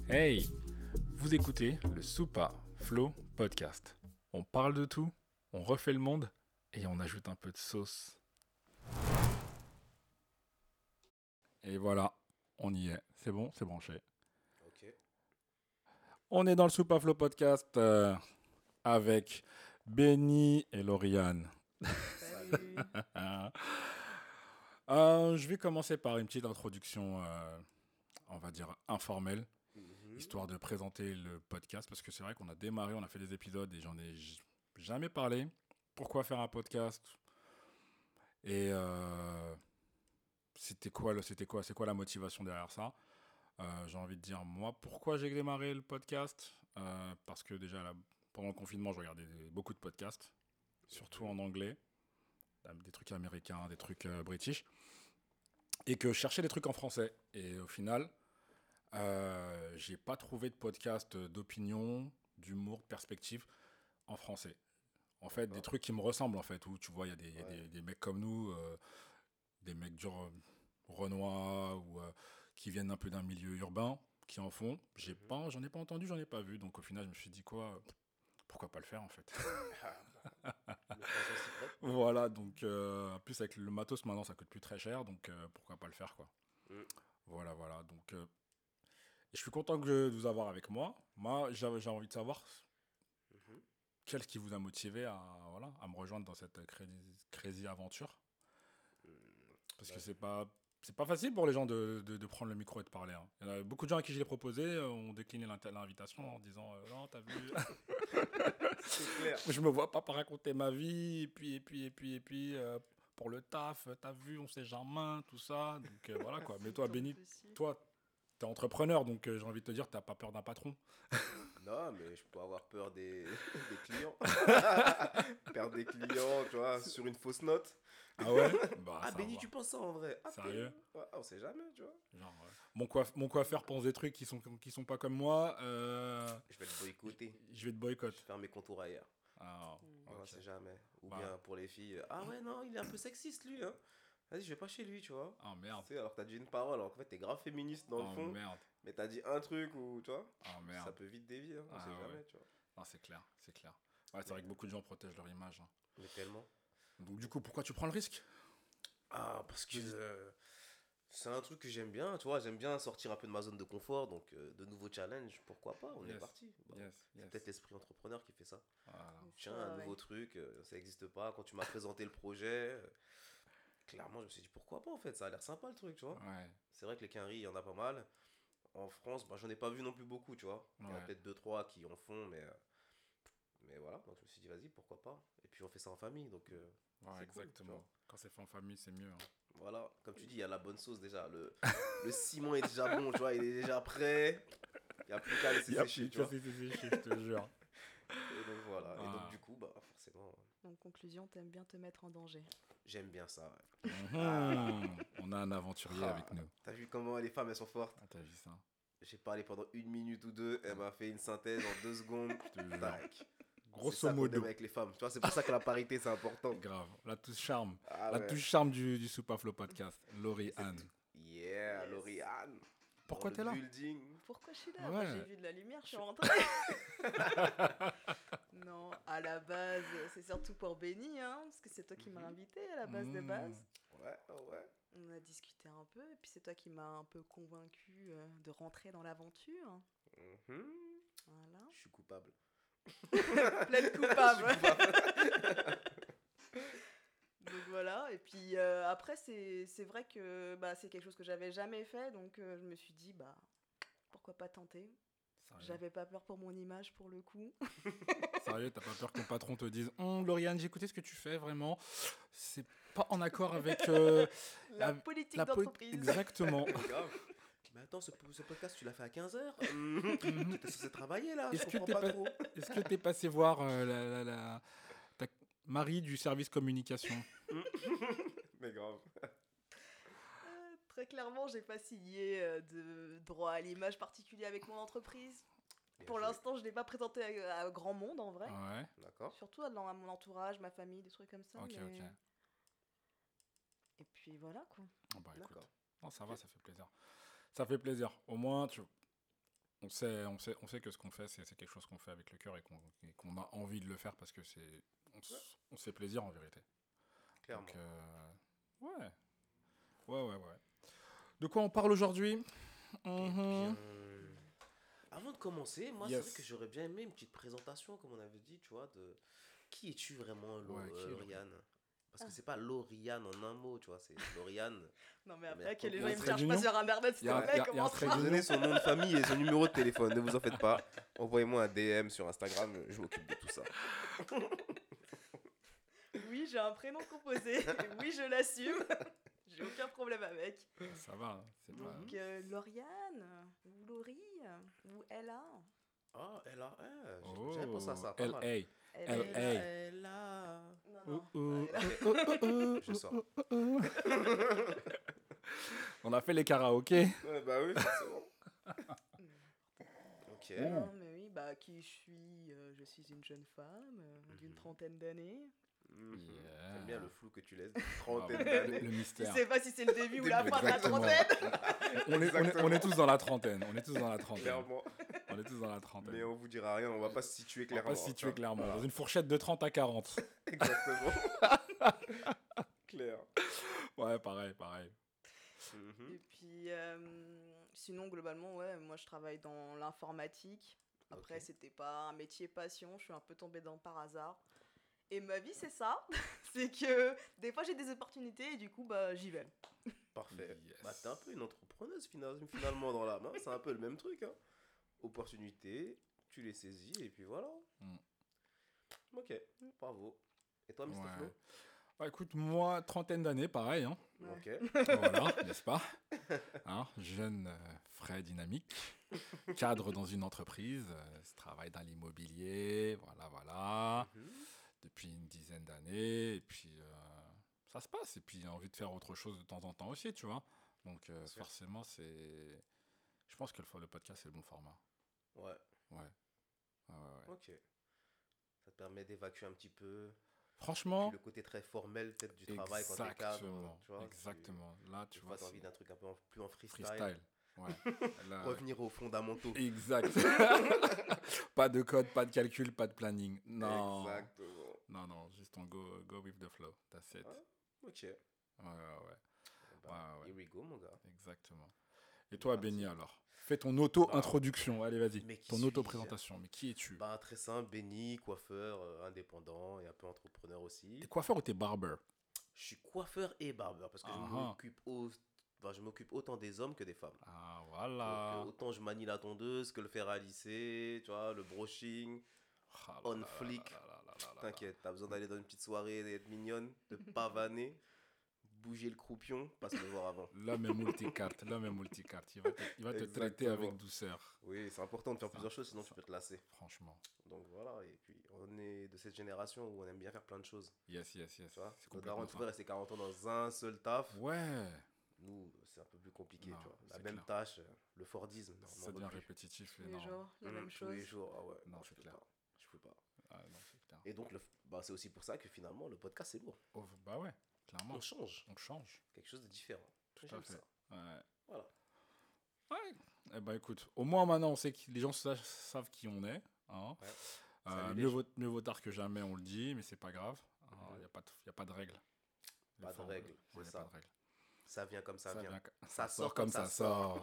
Hey, vous écoutez le Soupa Flow Podcast. On parle de tout, on refait le monde et on ajoute un peu de sauce. Et voilà, on y est. C'est bon, c'est branché. Ok. On est dans le Soupa Flow Podcast avec Benny et Lauriane. Salut. Je vais commencer par une petite introduction, on va dire informelle, histoire de présenter le podcast, parce que c'est vrai qu'on a démarré, on a fait des épisodes et j'en ai jamais parlé. Pourquoi faire un podcast? Et c'est quoi la motivation derrière ça? J'ai envie de dire, moi, pourquoi j'ai démarré le podcast? Parce que déjà, pendant le confinement, je regardais beaucoup de podcasts, surtout en anglais, des trucs américains, des trucs british, et que je cherchais des trucs en français. Et au final, j'ai pas trouvé de podcast d'opinion, d'humour, de perspective en français. En fait, des trucs qui me ressemblent, en fait, où tu vois, il y a des mecs comme nous, des mecs du Renoir, ou qui viennent un peu d'un milieu urbain, qui en font. J'en ai pas entendu, j'en ai pas vu. Donc au final, je me suis dit pourquoi pas le faire, en fait. L'occasion s'y prête. Voilà, donc en plus avec le matos maintenant, ça coûte plus très cher, donc pourquoi pas le faire, quoi. Mm. Voilà. Donc, et je suis content de vous avoir avec moi. Moi, j'ai envie de savoir Mhm. qu'est-ce qui vous a motivé à me rejoindre dans cette crazy aventure. Parce que c'est pas facile pour les gens de prendre le micro et de parler, hein. Il y a beaucoup de gens à qui je l'ai proposé ont décliné l'invitation en disant non, t'as vu, C'est clair. je me vois pas raconter ma vie, et puis pour le taf, t'as vu, on sait jamais, tout ça. Donc voilà quoi. Mais toi, Tant Benny, possible. toi, t'es entrepreneur, donc j'ai envie de te dire, t'as pas peur d'un patron. Non, mais je peux avoir peur des clients. Perdre des clients, tu vois, sur une fausse note. Ah ouais? Bah Ah, ça Benny, va. tu penses ça en vrai? Ah, Sérieux? ouais, on sait jamais, tu vois. Genre, mon coiffeur pense des trucs qui sont pas comme moi. Je vais te boycotter. Je vais te Je boycott. vais faire mes contours ailleurs. Ah, On ok. sait jamais. Ou Bah. bien pour les filles, ah ouais, non, il est un peu sexiste lui, hein. Vas-y, je vais pas chez lui, tu vois. Oh merde. Tu sais, alors que t'as dit une parole, alors qu'en fait t'es grave féministe dans le Oh fond, merde. mais t'as dit un truc ou, tu vois, Oh ça merde. peut vite dévier, hein, on Ah sait ouais. jamais, tu vois. Non, c'est clair. Ouais, c'est vrai que beaucoup de gens protègent leur image, hein. Mais tellement. Donc du coup, pourquoi tu prends le risque? Ah, parce que c'est un truc que j'aime bien, tu vois, j'aime bien sortir un peu de ma zone de confort, donc de nouveaux challenges, pourquoi pas, on est Yes. parti. Bah, Yes. c'est peut-être l'esprit entrepreneur qui fait ça. Voilà. Tiens, un nouveau truc, ça n'existe pas. Quand tu m'as présenté le projet, clairement, je me suis dit pourquoi pas en fait, ça a l'air sympa le truc, tu vois. Ouais. C'est vrai que les quinries, il y en a pas mal. En France, bah, j'en ai pas vu non plus beaucoup, tu vois. Il y en a Ouais. peut-être 2-3 qui en font, mais voilà, donc je me suis dit vas-y, pourquoi pas. Et puis on fait ça en famille, donc Ouais, c'est cool, exactement. tu vois. Quand c'est fait en famille, c'est mieux, hein. Voilà, comme tu dis, il y a la bonne sauce déjà. Le ciment est déjà bon, tu vois, il est déjà prêt. Il n'y a plus qu'à laisser sécher, tu vois. Je te jure. Et donc voilà. Et donc Ah. du coup, bah forcément, En conclusion, t'aimes bien te mettre en danger. j'aime bien ça. Ouais. On a un aventurier Ah, avec nous. t'as vu comment les femmes, elles sont fortes? Ah, t'as vu ça? J'ai parlé pendant 1 minute ou deux, elle m'a fait une synthèse en 2 secondes. Je te jure. Tac. C'est Grosso ça qu'on modo. aime avec les femmes. Tu vois, c'est pour ça que la parité, c'est important. Grave. La touche charme. Ah La ouais. touche charme du Super Flow Podcast. Laurie Anne. Yeah, Yes. Lauriane. Pourquoi Dans t'es le là? building. Pourquoi je suis là? Ouais. Moi, j'ai vu de la lumière, je suis rentrée. Non, à la base, c'est surtout pour Benny, hein, parce que c'est toi qui m'as invité à la base de base. Ouais, oh ouais. On a discuté un peu, et puis c'est toi qui m'as un peu convaincu de rentrer dans l'aventure. Mhm. Voilà. Je suis coupable. Plaide coupable. Donc voilà, et puis après, c'est vrai que bah, c'est quelque chose que j'avais jamais fait, donc je me suis dit, bah, pourquoi pas tenter. Sérieux, J'avais pas peur pour mon image pour le coup. Sérieux, t'as pas peur que ton patron te dise Lauriane, j'ai écouté ce que tu fais, vraiment. C'est pas en accord avec La politique la d'entreprise. Exactement. Grave. Mais attends, ce podcast, tu l'as fait à 15h. Tu étais censé travailler là, je Est-ce que comprends t'es pas pas- trop. Est-ce que t'es passé voir ta Marie du service communication? Mais grave. Très clairement, j'ai pas signé de droit à l'image particulier avec mon entreprise. Bien Pour joué. l'instant, je l'ai pas présenté à grand monde en vrai. Ouais. D'accord. Surtout dans mon entourage, ma famille, des trucs comme ça. Ok, mais- ok. Et puis voilà quoi. Oh, bah écoute. D'accord. Non, ça va, ça fait plaisir. Ça fait plaisir. Au moins, on sait que ce qu'on fait, c'est quelque chose qu'on fait avec le cœur et qu'on a envie de le faire parce que on se fait plaisir en vérité. Clairement. Donc, ouais. Ouais. De quoi on parle aujourd'hui? Eh Mhm. bien, avant de commencer, moi, c'est Yes. vrai que j'aurais bien aimé une petite présentation, comme on avait dit, tu vois, de qui es-tu vraiment, Ouais, qui est Lauriane? Parce que c'est pas Lauriane en un mot, tu vois, c'est Lauriane. Non, mais De après, manière que les Il y gens a ils un me trait cherchent pas d'union. sur internet, s'il Il y a un- te plaît, il y a un comment trait ça? d'union. Donnez son nom de famille et son numéro de téléphone, ne vous en faites pas. Envoyez-moi un DM sur Instagram, je m'occupe de tout ça. Oui, j'ai un prénom composé. Et oui, je l'assume. J'ai aucun problème avec. Ça va, hein, c'est pas... Donc, Lauriane, ou Laurie, ou Ella. Ah, elle a. Oh, J'avais pensé à ça, pas mal. L.A. Elle LA. Elle a. Non, Oh, non. oh, Ella. oh, oh, oh, Je sors. On a fait les karaokés. Ouais, bah oui, forcément. Ok. Non, mais oui, bah, qui je suis? Je suis une jeune femme d'une Mhm. trentaine d'années. Yeah. J'aime bien le flou que tu laisses. Ah, Trentaine le d'années. Je mystère. sais pas si c'est le début ou la fin de la Exactement. trentaine. On est tous dans la trentaine. On est tous dans la trentaine. Clairement. On est tous dans la trentaine. Mais on vous dira rien, on va pas se situer On va clairement. pas se situer hein. clairement. Voilà. Dans une fourchette de 30 à 40. Exactement. Clair. Ouais, pareil. Mhm. Et puis, sinon, globalement, ouais, moi je travaille dans l'informatique. Après, Ok. c'était pas un métier passion, je suis un peu tombée dedans par hasard. Et ma vie, c'est ça. C'est que des fois, j'ai des opportunités et du coup, bah, j'y vais. Parfait. Yes. Bah, t'es un peu une entrepreneuse finalement dans l'âme. Hein. C'est un peu le même truc. Hein. Opportunité, tu les saisis et puis voilà. Mm. Ok, bravo. Et toi, Mr. Ouais. Flo? Bah, écoute, moi, trentaine d'années, pareil. Hein. Ouais. Ok. Voilà, n'est-ce pas? Hein, jeune, frais, dynamique, cadre dans une entreprise, travaille dans l'immobilier, voilà, Mhm. depuis une dizaine d'années, et puis ça se passe, et puis j'ai envie de faire autre chose de temps en temps aussi, tu vois. Donc Bien sûr. forcément, je pense que le podcast, c'est le bon format. Ouais, Ouais. ok. Ça te permet d'évacuer un petit peu. Franchement, Puis le côté très formel peut-être du travail quand t'es cadre. Tu vois, exactement. Là, tu Des vois, fois, t'as envie c'est d'un truc un peu plus en freestyle. freestyle. Ouais. Là, Revenir aux fondamentaux. exact. Pas de code, pas de calcul, pas de planning. Non. Exactement. Non, juste on go with the flow. That's it. Ah, ok. Ouais. Bah, Ouais. Here we go, mon gars. Exactement. Et toi, Parti. Benny, alors? Fais ton auto-introduction. Allez, vas-y. Mais qui Ton suis-je? auto-présentation. Mais qui es-tu? Bah, très simple, Benny, coiffeur, indépendant et un peu entrepreneur aussi. T'es coiffeur ou t'es barber? Je suis coiffeur et barbeur parce que Ah. je m'occupe autant des hommes que des femmes. Ah, Donc, voilà. autant je manie la tondeuse que le fer à lisser, tu vois, le brushing. Ah là on là flic. là là là là là là. T'inquiète, t'as besoin d'aller dans une petite soirée et d'être mignonne, de pavaner, bouger le croupion, passe me voir avant. L'homme est multicarte. L'homme est multicarte. Il va te traiter Exactement. avec douceur. Oui, c'est important de faire Ça, plusieurs choses, sinon ça. tu peux te lasser. Franchement. Donc voilà, et puis on est de cette génération où on aime bien faire plein de choses. Yes. Tu vois, C'est notre complètement daron, tu ça. peux rester 40 ans dans un seul taf. Ouais. Nous, c'est un peu plus compliqué, Non, tu vois. La c'est même clair. tâche, le Fordisme. non, on Ça n'en devient veut plus. répétitif. Tous Et les non. jours, la même Tous les chose. jours, ah ouais. Non, je c'est peux clair. pas. Je peux pas. Ah, non, c'est clair. Et donc, c'est aussi pour ça que finalement, le podcast, c'est lourd. Oh, bah ouais, clairement. On change. On change. Quelque chose de différent. Tout à J'aime fait. ça. Ouais. Voilà. Ouais. Eh ben écoute, au moins maintenant on sait que les gens savent qui on est. Hein. Ouais. Salut les Mieux vaut tard que jamais, on le dit, mais c'est pas grave. Il Mhm. n'y a pas de règle. Pas de règle, c'est Il ça. Pas de règle. Ça vient comme ça, vient. Ça Ça sort comme ça sort.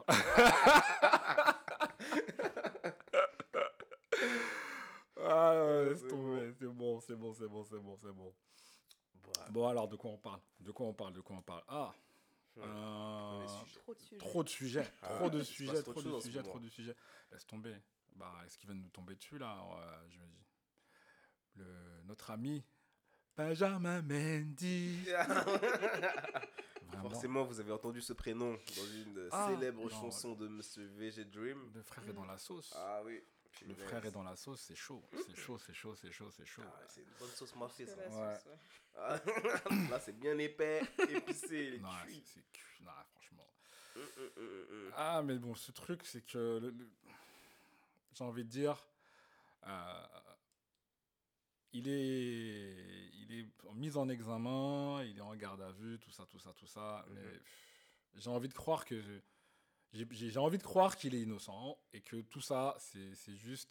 Ah ouais, laisse C'est tomber. C'est bon. Voilà. Bon alors, de quoi on parle? Ah, Les sujets. Trop de sujets. trop de sujets. Ah, Trop de il se passe sujets, trop trop de de choses en ce sujets, moment. trop de sujets. Laisse tomber. Bah, est-ce qu'il va nous tomber dessus là? Je me dis. Notre ami Benjamin Mendy. Vraiment. Forcément, vous avez entendu ce prénom dans une Ah, célèbre non. chanson de Monsieur VG Dream. Le frère est dans la sauce. Ah oui. Le frère est dans la sauce, c'est chaud. C'est chaud. Ah, c'est une bonne sauce mafia, Que ça. la Ouais. sauce, ouais. Ah, là, c'est bien épais, épicé, il est Non, cuit. c'est cuit. Non, franchement. Hum. Ah, mais bon, ce truc, c'est que j'ai envie de dire, il est mis en examen, il est en garde à vue, tout ça. Mhm. Mais j'ai envie de croire que j'ai envie de croire qu'il est innocent et que tout ça, c'est juste.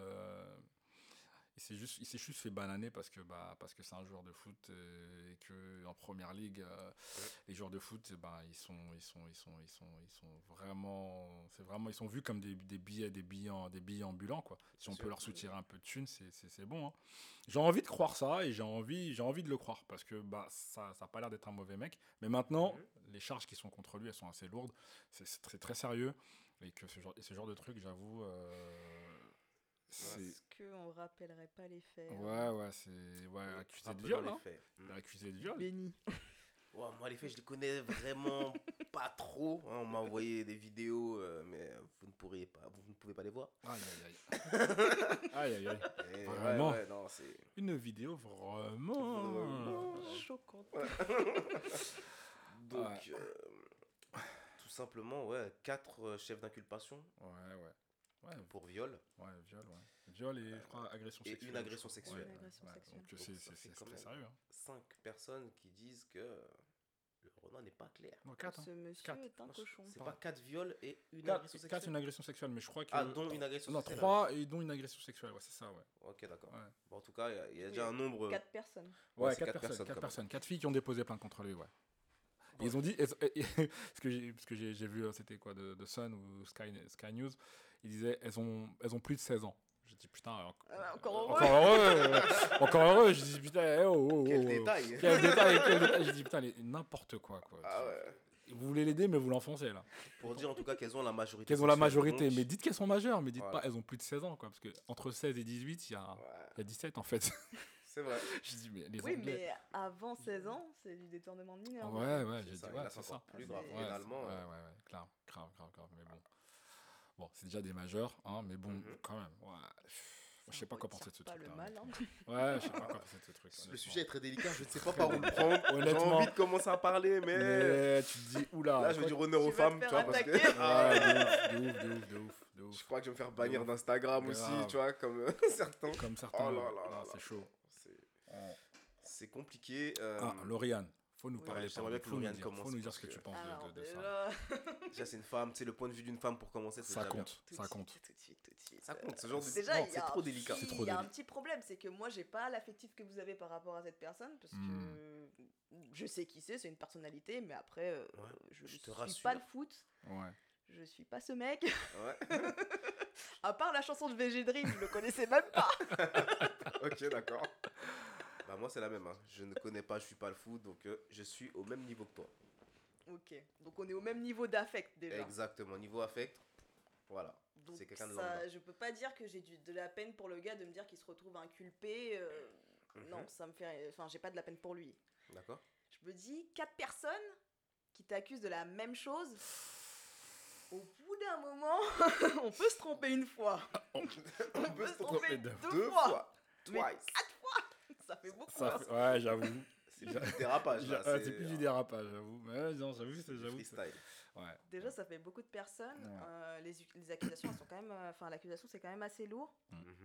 Il s'est juste fait bananer parce que c'est un joueur de foot et que en première ligue, les joueurs de foot, ils sont vraiment, ils sont vus comme des billets ambulants quoi. Si on peut leur soutirer un peu de thunes, c'est bon. Hein. J'ai envie de croire ça et j'ai envie de le croire parce que ça a pas l'air d'être un mauvais mec. Mais maintenant, les charges qui sont contre lui, elles sont assez lourdes. C'est très très sérieux et que ce genre de truc, j'avoue. Est-ce qu'on rappellerait pas les faits accusé de viol. Hein. Accusé de viol. Béni. Ouais, moi, les faits, je les connais vraiment pas trop. Hein. On m'a envoyé des vidéos, mais vous ne pouvez pas les voir. Aïe, aïe, aïe. Aïe, aïe, aïe. Et Vraiment. ouais, non, c'est... Une vidéo vraiment choquante. Donc, tout simplement, 4 chefs d'inculpation. Ouais. Pour viol. Ouais, viol, ouais. Viol et, je crois, agression sexuelle. Et une agression sexuelle. Donc, c'est très sérieux. Hein. 5 personnes qui disent que le Renoir n'est pas clair. Non, 4. Ce monsieur 4. est un cochon. C'est pas 4 viols et une agression sexuelle. 4, une agression sexuelle, mais je crois que... Ah, dont une agression sexuelle. Non, 3 et dont une agression sexuelle, ouais, c'est ça, ouais. Ok, d'accord. Ouais. Bon, en tout cas, il y a déjà un nombre... 4 personnes. Ouais, c'est 4 personnes. 4 filles qui ont déposé plainte contre lui, ouais. Et ils ont dit, parce que j'ai vu, c'était quoi, de Sun ou Sky News, ils disaient, elles ont plus de 16 ans. J'ai dit, putain, encore heureux. Encore heureux. J'ai dit, putain, Quel détail. Quel détail. J'ai dit, putain, n'importe quoi. Ah ouais. Vous voulez l'aider, mais vous l'enfoncez, là. Pour dire, en tout cas, qu'elles ont la majorité. Qu'elles ont la majorité, donc... mais dites qu'elles sont majeures, mais dites pas, elles ont plus de 16 ans, quoi. Parce qu'entre 16 et 18, il y a 17, en fait. C'est vrai. Je dis, mais les oui, Anglais... mais avant 16 ans, c'est du détournement de mineurs. Ouais, j'ai dit, c'est ça. Plus grave, pénalement. Ouais, grave, mais bon. Bon, c'est déjà des majeurs, hein, mais bon, quand même, je sais pas quoi penser de ce truc. Pas le mal, hein. Ouais, je sais pas quoi penser de ce truc. Le sujet est très délicat, je ne sais pas par où le prendre. Honnêtement. J'ai envie de commencer à parler, mais tu te dis, oula. Là, je veux dire honneur aux femmes, tu vois, parce que... De ouf. Je crois que je vais me faire bannir d'Instagram aussi, tu vois, comme certains. Comme certains. Oh là, c'est chaud. C'est compliqué. Lauriane, faut nous parler. J'aimerais bien que Lauriane commence. Faut nous dire ce que tu penses de ça. Déjà, c'est une femme, tu sais, le point de vue d'une femme pour commencer, c'est ça compte. Ça compte, ce genre de... Déjà, c'est trop délicat. Il y a un petit problème, c'est que moi, j'ai pas l'affectif que vous avez par rapport à cette personne, parce que je sais qui c'est une personnalité, mais après, je suis pas le foot. Ouais. Je suis pas ce mec. À part la chanson de VG Dream, je le connaissais même pas. Ok, d'accord. Bah moi c'est la même, hein. Je ne connais pas, je suis pas le foot, donc je suis au même niveau que toi. Ok, donc on est au même niveau d'affect déjà. Exactement, niveau affect, voilà. Donc c'est quelqu'un de ça, je peux pas dire que j'ai de la peine pour le gars de me dire qu'il se retrouve inculpé. Non, ça me fait... Enfin, j'ai pas de la peine pour lui. D'accord. Je me dis, 4 personnes qui t'accusent de la même chose... Au bout d'un moment, on peut se tromper une fois. On peut se tromper 2 fois. Mais 4 fois, ça fait beaucoup. Ouais, j'avoue. C'est plus du dérapage. C'est plus du dérapage, j'avoue. Mais non, j'avoue. Freestyle. Ouais. Déjà, ça fait beaucoup de personnes. Ouais. Les accusations, elles sont quand même... Enfin, l'accusation, c'est quand même assez lourd.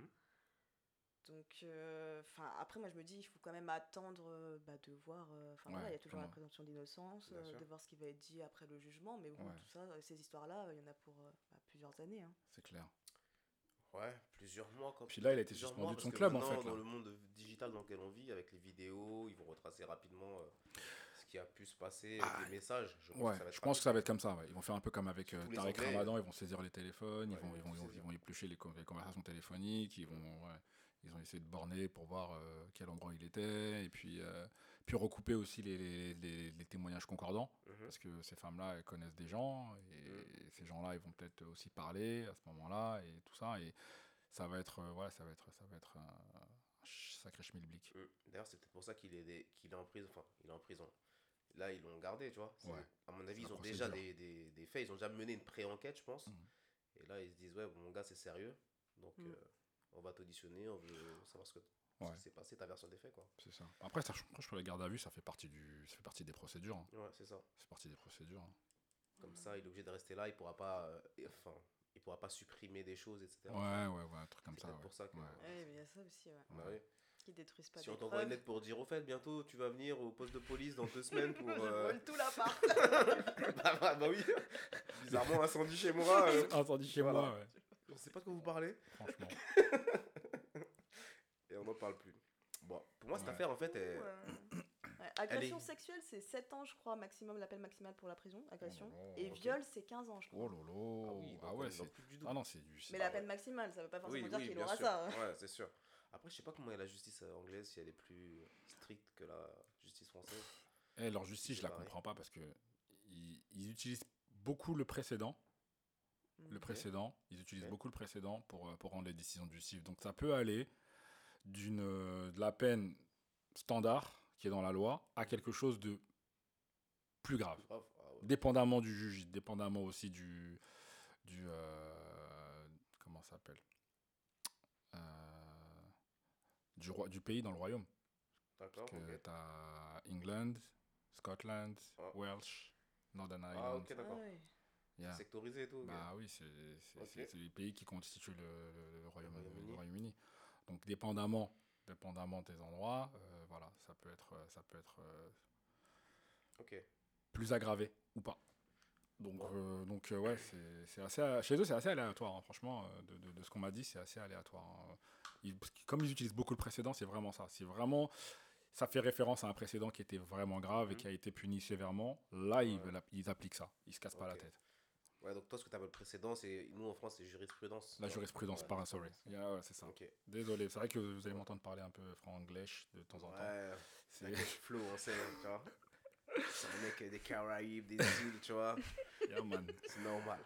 Donc, après, moi, je me dis, il faut quand même attendre de voir... il y a toujours la présomption d'innocence, de voir ce qui va être dit après le jugement. Mais bon, tout ça, ces histoires-là, il y en a pour plusieurs années. Hein. C'est clair. Ouais, plusieurs mois. Puis là, il a été suspendu de son club, en fait. Dans le monde digital dans lequel on vit, avec les vidéos, ils vont retracer rapidement ce qui a pu se passer, avec les messages. Je pense que ça va être comme ça. Ouais. Ils vont faire un peu comme avec Tariq Ramadan, ils vont saisir les téléphones, ils vont éplucher les conversations téléphoniques, ils ont essayé de borner pour voir quel endroit il était, et puis recouper aussi les témoignages concordants, parce que ces femmes-là, elles connaissent des gens, et ces gens-là, ils vont peut-être aussi parler à ce moment-là, et tout ça, et ça va être un sacré schmilblick. D'ailleurs, c'est peut-être pour ça qu'il est en prison. Enfin, il est en prison. Là, ils l'ont gardé, tu vois. À mon avis, ils ont déjà des faits, ils ont déjà mené une pré-enquête, je pense. Et là, ils se disent, mon gars, c'est sérieux, donc... on va t'auditionner, on veut savoir ce qui s'est passé, ta version des faits, quoi. C'est ça. Après, je la garde à vue, ça fait partie des procédures. Hein. Ouais, c'est ça. C'est partie des procédures. Hein. Comme ça, il est obligé de rester là, il pourra pas supprimer des choses, etc. Ouais, un truc comme ça. C'est pour ça que... mais il y a ça aussi, Bah oui. Qu'ils détruisent pas si des on t'envoie une preuves. lettre pour dire, au fait, bientôt, tu vas venir au poste de police dans 2 semaines pour... Je vole tout l'appart. bah oui. Bizarrement, incendie chez moi. Incendie chez moi, ouais. Je sais pas de quoi vous parlez. Franchement. Et on n'en parle plus. Bon, pour moi, cette Ouais. affaire, en fait, Agression sexuelle, c'est 7 ans, je crois, maximum, l'appel maximal pour la prison. Agression. Et viol, c'est 15 ans, je crois. Oh lolo. Ah oui, donc on est dans plus du double. Ah non, c'est du... Mais la peine maximale, ça veut pas forcément dire qu'il bien aura sûr. ça. Ouais, c'est sûr. Après, je sais pas comment est la justice anglaise, si elle est plus stricte que la justice française. Et leur justice, je la comprends pas parce que ils utilisent beaucoup le précédent. Ils utilisent beaucoup le précédent pour rendre les décisions de justice. Donc ça peut aller de la peine standard qui est dans la loi à quelque chose de plus grave. Ah ouais. Dépendamment du juge, dépendamment aussi du comment ça s'appelle, du pays dans le royaume. D'accord. Parce que t'as England, Scotland, Welsh, Northern Ireland. Ah ok, d'accord. Yeah. Sectorisé et tout. Bah oui, c'est les pays qui constituent le Royaume-Uni. Donc dépendamment des endroits, voilà, ça peut être plus aggravé ou pas. Donc ouais, c'est assez, chez eux c'est assez aléatoire, hein, franchement, de ce qu'on m'a dit, c'est assez aléatoire. Hein. Comme ils utilisent beaucoup le précédent, c'est vraiment ça. C'est vraiment, ça fait référence à un précédent qui était vraiment grave et qui a été puni sévèrement. Là, ils appliquent ça. Ils se cassent pas la tête. Ouais, donc toi, ce que tu appelles précédent, c'est nous en France, c'est jurisprudence. La jurisprudence, sorry. Ouais, c'est ça. Okay. Désolé, c'est vrai que vous allez m'entendre parler un peu franc-anglais de temps en temps. Ouais, c'est flow, on sait, tu vois. C'est un mec des Caraïbes, des îles, tu vois. Yeah, man. C'est normal.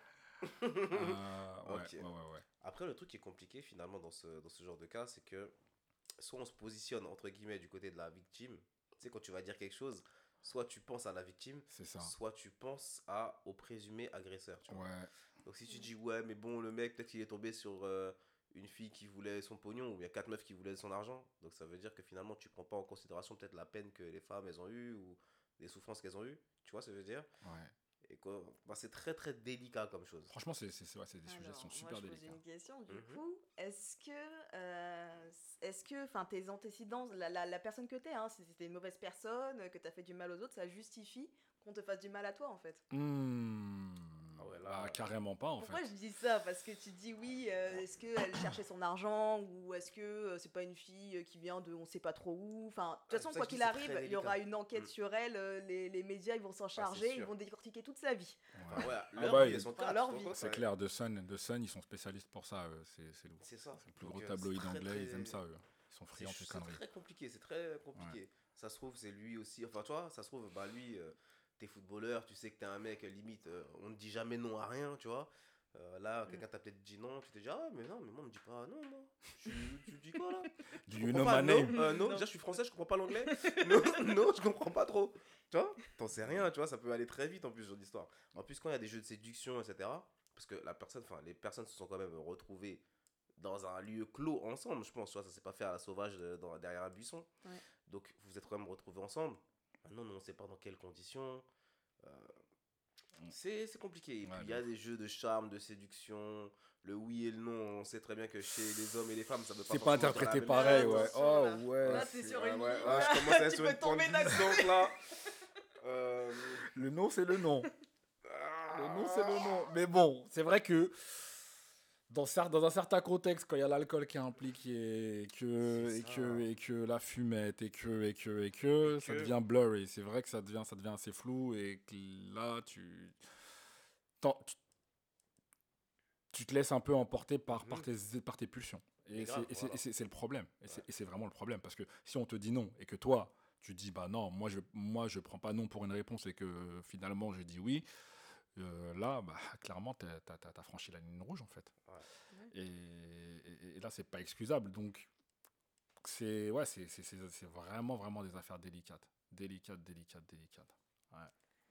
Ouais. Après, le truc qui est compliqué finalement dans ce genre de cas, c'est que soit on se positionne entre guillemets du côté de la victime, tu sais, quand tu vas dire quelque chose, soit tu penses à la victime, soit tu penses au présumé agresseur, tu vois. Ouais. Donc si tu dis ouais, mais bon, le mec peut-être qu'il est tombé sur une fille qui voulait son pognon, ou il y a 4 meufs qui voulaient son argent, donc ça veut dire que finalement tu prends pas en considération peut-être la peine que les femmes elles ont eues ou les souffrances qu'elles ont eues, tu vois ce que je veux dire. Ouais. Et c'est très très délicat comme chose. Franchement, c'est des sujets qui sont super délicats. Moi, je pose une question, du coup. Est-ce que tes antécédents, la personne que t'es, hein, si c'était une mauvaise personne, que t'as fait du mal aux autres, ça justifie qu'on te fasse du mal à toi, en fait? Ah ouais, là, carrément pas, en fait. Pourquoi je dis ça? Parce que tu dis oui, est-ce qu'elle cherchait son argent, ou est-ce que c'est pas une fille qui vient de on sait pas trop où? Enfin, de toute façon, quoi qu'il arrive, il y aura une enquête sur elle, les médias ils vont s'en charger, ils vont décortiquer toute sa vie. Leur vie, leur vie. C'est clair, The Sun, ils sont spécialistes pour ça, c'est ça. C'est le plus gros tabloïd anglais, ils aiment ça, eux. Ils sont friands de conneries. C'est très compliqué. Ouais. Ça se trouve, c'est lui aussi. Enfin, tu vois, ça se trouve, lui, t'es footballeur, tu sais que t'es un mec, limite, on ne dit jamais non à rien, tu vois. Là, quelqu'un t'a peut-être dit non, tu t'es dit, ah, mais non, mais moi, on me dit pas non, moi. Tu dis quoi, là? Do you know my name? Non, déjà, je suis français, je comprends pas l'anglais. non, je comprends pas trop. Tu vois, t'en sais rien, tu vois, ça peut aller très vite en plus, ce genre d'histoire. En plus, quand il y a des jeux de séduction, etc., parce que les personnes se sont quand même retrouvées dans un lieu clos ensemble, je pense, tu vois, ça s'est pas fait à la sauvage derrière un buisson. Ouais. Donc, vous êtes quand même retrouvés ensemble. Maintenant, on ne sait pas dans quelles conditions. C'est compliqué. Et puis, il y a des jeux de charme, de séduction. Le oui et le non, on sait très bien que chez les hommes et les femmes, ça peut pas. C'est pas interprété pareil, ouais. Oh, ouais. Là, t'es sur une ligne. Je commence à être sur une pente glissante, là. Le non, c'est le non. Le non, c'est le non. Mais bon, c'est vrai que dans un certain contexte, quand il y a l'alcool qui est impliqué et que la fumette et que ça devient blurry. C'est vrai que ça devient assez flou et que là, tu te laisses un peu emporter par tes pulsions. Et c'est le problème. Et c'est vraiment le problème. Parce que si on te dit non et que toi, tu dis bah non, moi je prends pas non pour une réponse et que finalement je dis oui, là, bah, clairement, t'as franchi la ligne rouge en fait. Ouais. Et là, c'est pas excusable. Donc, c'est vraiment, vraiment des affaires délicates. Délicates. Ouais.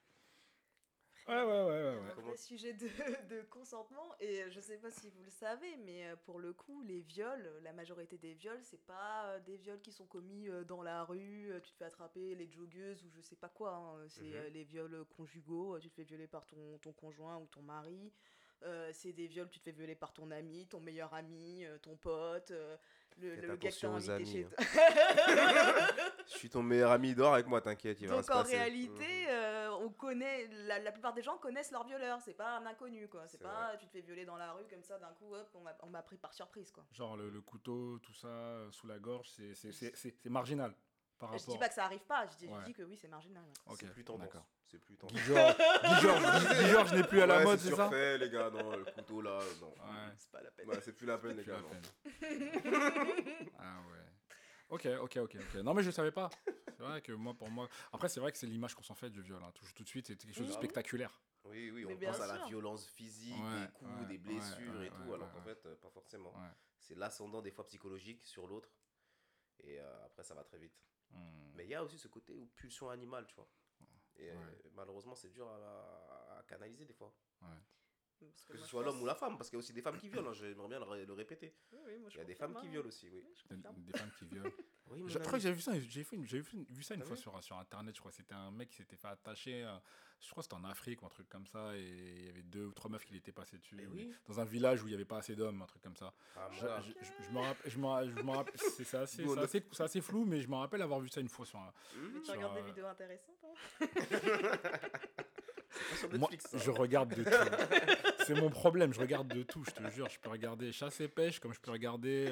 Le sujet de consentement, et je sais pas si vous le savez, mais pour le coup, les viols, la majorité des viols, c'est pas des viols qui sont commis dans la rue, tu te fais attraper, les joggeuses ou je sais pas quoi, hein. C'est les viols conjugaux, tu te fais violer par ton conjoint ou ton mari. c'est des viols, tu te fais violer par ton ami, ton meilleur ami, ton pote, le gars que t'as attention aux invité chez amis, toi. Je suis ton meilleur ami, dors avec moi, t'inquiète, il va rien Donc se en passer. réalité, on connaît, la plupart des gens connaissent leur violeur, c'est pas un inconnu quoi, c'est pas vrai. tu te fais violer dans la rue comme ça d'un coup, hop, on m'a pris par surprise quoi. Genre le couteau, tout ça, sous la gorge, c'est marginal par Je dis rapport. pas que ça arrive pas, je Ouais. dis que oui, c'est marginal. Ouais. Ok, C'est plus tendance. d'accord. C'est plus tendance. Guy Georges n'est plus à la Ouais, mode, c'est c'est ça? surfait, les gars, non, le couteau là, non. Ouais, C'est pas la peine. Ouais, c'est plus la peine, les plus gars, la non. peine. Ah ouais. Ok. Non, mais je savais pas. C'est vrai que pour moi. Après, c'est vrai que c'est l'image qu'on s'en fait du viol. Hein. Tout de suite, c'est quelque chose de Mhm. spectaculaire. Oui, Mais on bien pense à la sûr. violence physique, Ouais, des coups, ouais, des blessures ouais, et tout, ouais, alors ouais, qu'en ouais. fait, pas forcément. Ouais. C'est l'ascendant des fois psychologique sur l'autre, et après ça va très vite. Hmm. Mais il y a aussi ce côté où pulsion animale, tu vois. Et Ouais. malheureusement, c'est dur à canaliser des fois. Ouais. Parce Que moi, ce je soit l'homme pense- ou la femme, parce qu'il y a aussi des femmes qui violent, hein, j'aimerais bien le répéter. Oui, moi, je Il y a des confirme, femmes qui hein. violent aussi, oui. Oui, je confirme. Des femmes qui violent. Oui, Je crois que j'avais vu ça, vu ça une T'as fois vu sur internet. Je crois que c'était un mec qui s'était fait attacher. Je crois que c'était en Afrique ou un truc comme ça. Et il y avait 2 ou 3 meufs qui l'étaient passées dessus. Mais oui. Dans un village où il n'y avait pas assez d'hommes, un truc comme ça. Ah, Je, mon gars. je me rappelle, c'est assez flou, mais je me rappelle avoir vu ça une fois sur un. Mais tu Sur, regardes des vidéos intéressantes, hein. C'est pas sur Moi, Netflix, ça. je regarde de tout. C'est mon problème, je regarde de tout, je te jure. Je peux regarder chasse et pêche comme je peux regarder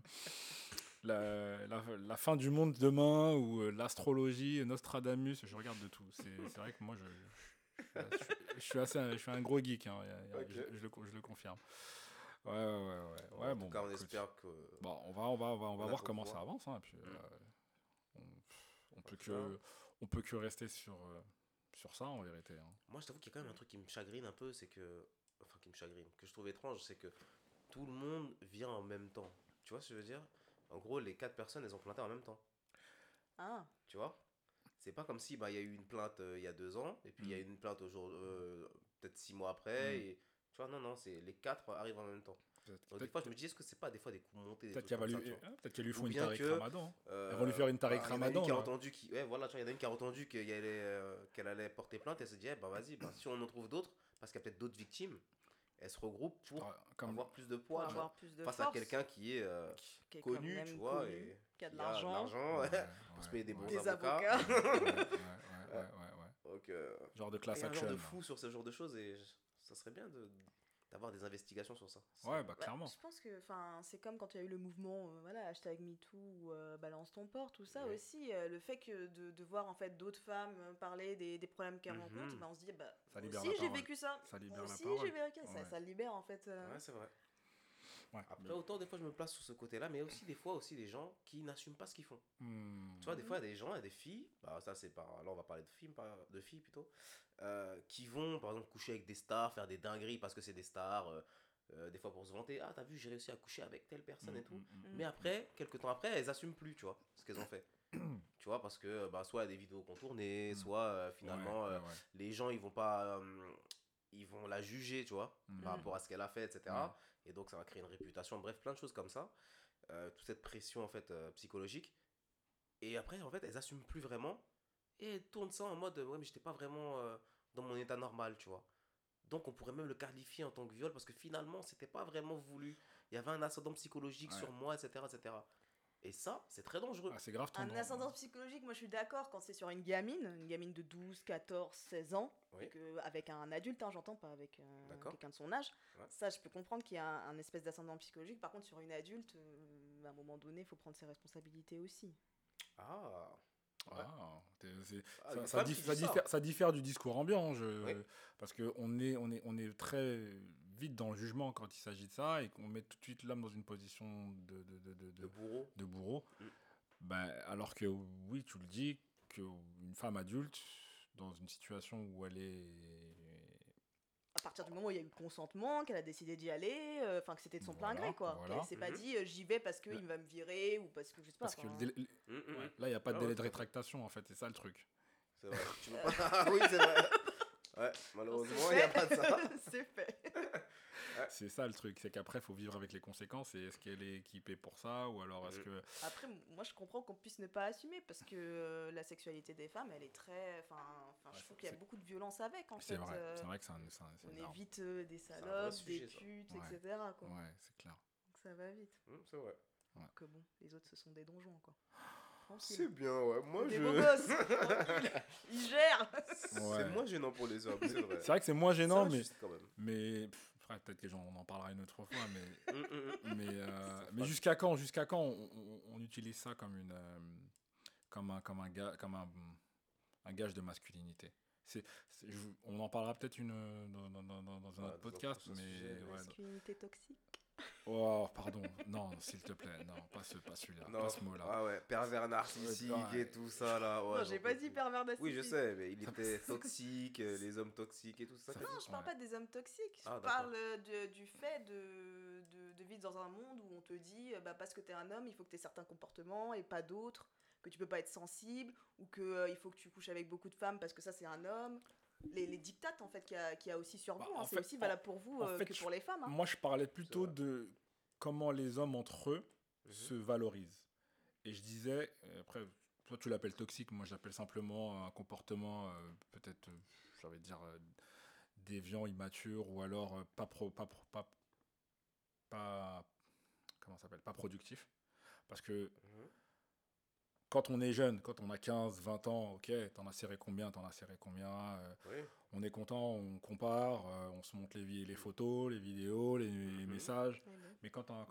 la fin du monde demain ou l'astrologie, Nostradamus. Je regarde de tout. C'est vrai que moi, je suis un gros geek, hein, Ok. je le confirme. Ouais, En bon, tout cas, on écoute. espère que. Bon, on va a voir pour comment voir. ça avance. Hein, et puis, Ouais, on peut que rester sur ça, en vérité. Hein. Moi, je t'avoue qu'il y a quand même un truc qui me chagrine un peu, c'est que. Enfin, qui me chagrine, que je trouve étrange, c'est que tout le monde vient en même temps. Tu vois ce que je veux dire? En gros, les 4 personnes, elles ont planté en même temps. Ah, Tu vois? C'est pas comme si il y a eu une plainte il y a 2 ans, et puis il y a eu une plainte peut-être 6 mois après, et tu vois, non, c'est les 4 arrivent en même temps. Donc, des fois, je me dis, est-ce que c'est pas des fois des coups montés? Peut-être qu'elle lui Ou faut une bien Tariq que, Ramadan. Elles vont lui faire une Tariq il y en a une Ramadan. qui a là. entendu ouais, voilà, tu vois, il y en a une qui a entendu qu'elle allait porter plainte, elle se dit, bah vas-y, bah, si on en trouve d'autres, parce qu'il y a peut-être d'autres victimes, elle se regroupe pour avoir plus de pour poids, tu vois, avoir plus de face à force. quelqu'un qui est Qui est quand connu, même tu vois, connu, et qui a de l'argent. Ouais, pour se payer des bons Des avocats. avocats. Ouais. Donc, Genre de il y class a un genre action. de là. fou sur ce genre de choses, et ça serait bien d'avoir des investigations sur ça. Ouais, bah Bah, clairement. je pense que c'est comme quand il y a eu le mouvement hashtag MeToo ou Balance ton port, tout ça Ouais. aussi. Le fait que de voir en fait d'autres femmes parler des problèmes qu'elles Mhm. rencontrent, bah, on se dit bah Ça moi libère aussi la j'ai parole. vécu ça. Ça libère Moi la aussi parole. j'ai vécu ça. Ouais. Ça libère en fait. Ouais, c'est vrai. Ouais. Après, autant des fois je me place sur ce côté-là, mais aussi des fois aussi des gens qui n'assument pas ce qu'ils font. Hmm. Tu vois, des fois, il y a des gens, il y a des filles, bah ça c'est pas. Là, on va parler de filles, pas de filles plutôt, qui vont par exemple coucher avec des stars, faire des dingueries parce que c'est des stars, des fois pour se vanter, ah t'as vu, j'ai réussi à coucher avec telle personne et tout. Mais après, quelques temps après, elles assument plus, tu vois, ce qu'elles ont fait. Tu vois, parce que bah, soit il y a des vidéos contournées, soit finalement Ouais. les gens ils vont pas. Ils vont la juger, tu vois, par rapport à ce qu'elle a fait, etc. Ouais. Et donc ça va créer une réputation, bref, plein de choses comme ça. Toute cette pression en fait psychologique. Et après, en fait, elles assument plus vraiment. Et elles tournent ça en mode, ouais, mais j'étais pas vraiment dans mon état normal, tu vois. Donc on pourrait même le qualifier en tant que viol parce que finalement, c'était pas vraiment voulu. Il y avait un ascendant psychologique Ouais. sur moi, etc., etc. Et ça, c'est très dangereux. Ah, c'est grave ton Un ascendant psychologique, moi je suis d'accord quand c'est sur une gamine de 12, 14, 16 ans, Oui. et avec un adulte, hein, j'entends pas avec D'accord. quelqu'un de son âge. Ouais. Ça, je peux comprendre qu'il y a un espèce d'ascendant psychologique. Par contre, sur une adulte, à un moment donné, il faut prendre ses responsabilités aussi. Ah. Ah, Ah, une ça femme qui dit ça. ça diffère du discours ambiant, Oui. parce qu'on est très vite dans le jugement quand il s'agit de ça et qu'on met tout de suite l'homme dans une position Le bourreau. de bourreau. Mm. Ben, alors que oui, tu le dis, qu'une femme adulte, dans une situation où elle est... À partir du moment où il y a eu le consentement, qu'elle a décidé d'y aller, enfin que c'était de son plein Voilà, gré, quoi. voilà. Qu'elle s'est pas Mhm. dit j'y vais parce qu'il va me virer ou parce que je sais pas. Parce que enfin, ouais, là, il n'y a pas de Ah délai ouais, de tout à fait. rétractation, en fait, c'est ça le truc. C'est vrai. Tu veux pas... Ah oui, c'est vrai. Ouais, malheureusement, il n'y a pas de ça. C'est fait. C'est ça le truc, c'est qu'après, il faut vivre avec les conséquences. Et est-ce qu'elle est équipée pour ça ou alors est-ce que... Après, moi je comprends qu'on puisse ne pas assumer parce que la sexualité des femmes, elle est très. Enfin, Ouais, je trouve qu'il y a beaucoup de violence avec, en fait. C'est vrai que c'est on énorme. est vite des salopes, sujet, des putes, ouais. etc. Quoi. Ouais, c'est clair. Donc ça va vite. C'est vrai. Donc bon, les autres, ce sont des donjons, quoi. Tranquille. C'est bien, ouais. Moi, des beaux gosses, tranquille. Ils gèrent. C'est moins gênant pour les hommes, c'est vrai. C'est vrai que c'est moins gênant, mais après, peut-être que on en parlera une autre fois, mais jusqu'à quand on utilise ça comme un gage de masculinité. On en parlera peut-être dans un autre podcast, mais masculinité toxique. Oh, pardon, non, s'il te plaît, non, pas celui-là, pas ce mot-là. Ah ouais, pervers narcissique et tout ça là. Ouais, non, j'ai pas dit pervers narcissique. Oui, je sais, mais il était toxique, les hommes toxiques et tout ça. Non, je parle pas des hommes toxiques. Je parle du fait de vivre dans un monde où on te dit, parce que t'es un homme, il faut que t'aies certains comportements et pas d'autres, que tu peux pas être sensible, ou que il faut que tu couches avec beaucoup de femmes parce que ça c'est un homme. Les dictates en fait qu'il y a aussi sur vous, c'est aussi valable pour vous que pour les femmes. Moi je parlais plutôt de comment les hommes entre eux se valorisent. Et je disais, après, toi tu l'appelles toxique, moi j'appelle simplement un comportement peut-être, j'ai envie de dire, déviant, immature, ou alors pas productif. Parce que quand on est jeune, quand on a 15, 20 ans, ok, t'en as serré combien, oui. On est content, on compare, on se montre les photos, les vidéos, les messages. Oui. Mais quand on a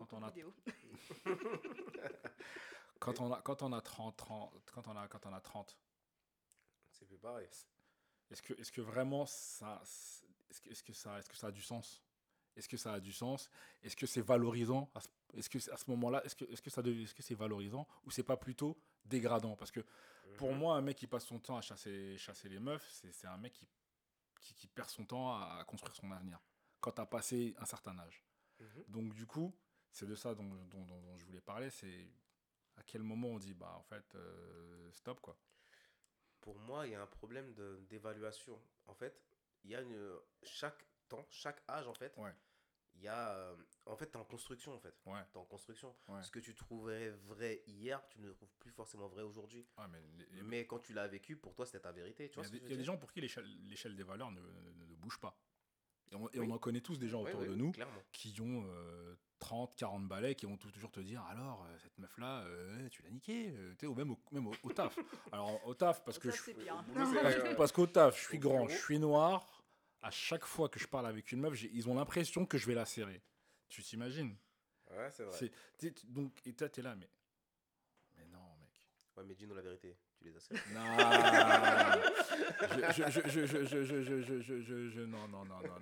30, c'est plus pareil. Est-ce que vraiment ça a du sens? Est-ce que ça a du sens? Est-ce que c'est valorisant? Est-ce que à ce moment-là, est-ce que c'est valorisant ou c'est pas plutôt dégradant? Parce que pour moi, un mec qui passe son temps à chasser les meufs, c'est un mec qui perd son temps à construire son avenir quand tu as passé un certain âge. Donc du coup, c'est de ça dont je voulais parler. C'est à quel moment on dit en fait stop quoi. Pour moi, il y a un problème d'évaluation. En fait, il y a chaque âge en fait. Ouais. Il y a en fait t'es en construction en fait. Ouais. T'es en construction. Ouais. Ce que tu trouvais vrai hier, tu ne le trouves plus forcément vrai aujourd'hui. Ouais, mais quand tu l'as vécu, pour toi c'était ta vérité. Il y a des gens pour qui l'échelle des valeurs ne bouge pas. Et on en connaît tous des gens autour de nous clairement. Qui ont 30, 40 balais, qui vont toujours te dire alors cette meuf là tu l'as niquée, ou même au taf. Alors au taf parce que parce qu'au taf je suis grand, je suis noir. À chaque fois que je parle avec une meuf, ils ont l'impression que je vais la serrer. Tu t'imagines? Ouais, c'est vrai. Donc, et toi, t'es là, mais non, mec. Ouais, mais dis-nous la vérité. Tu les as serrés? Non. Non.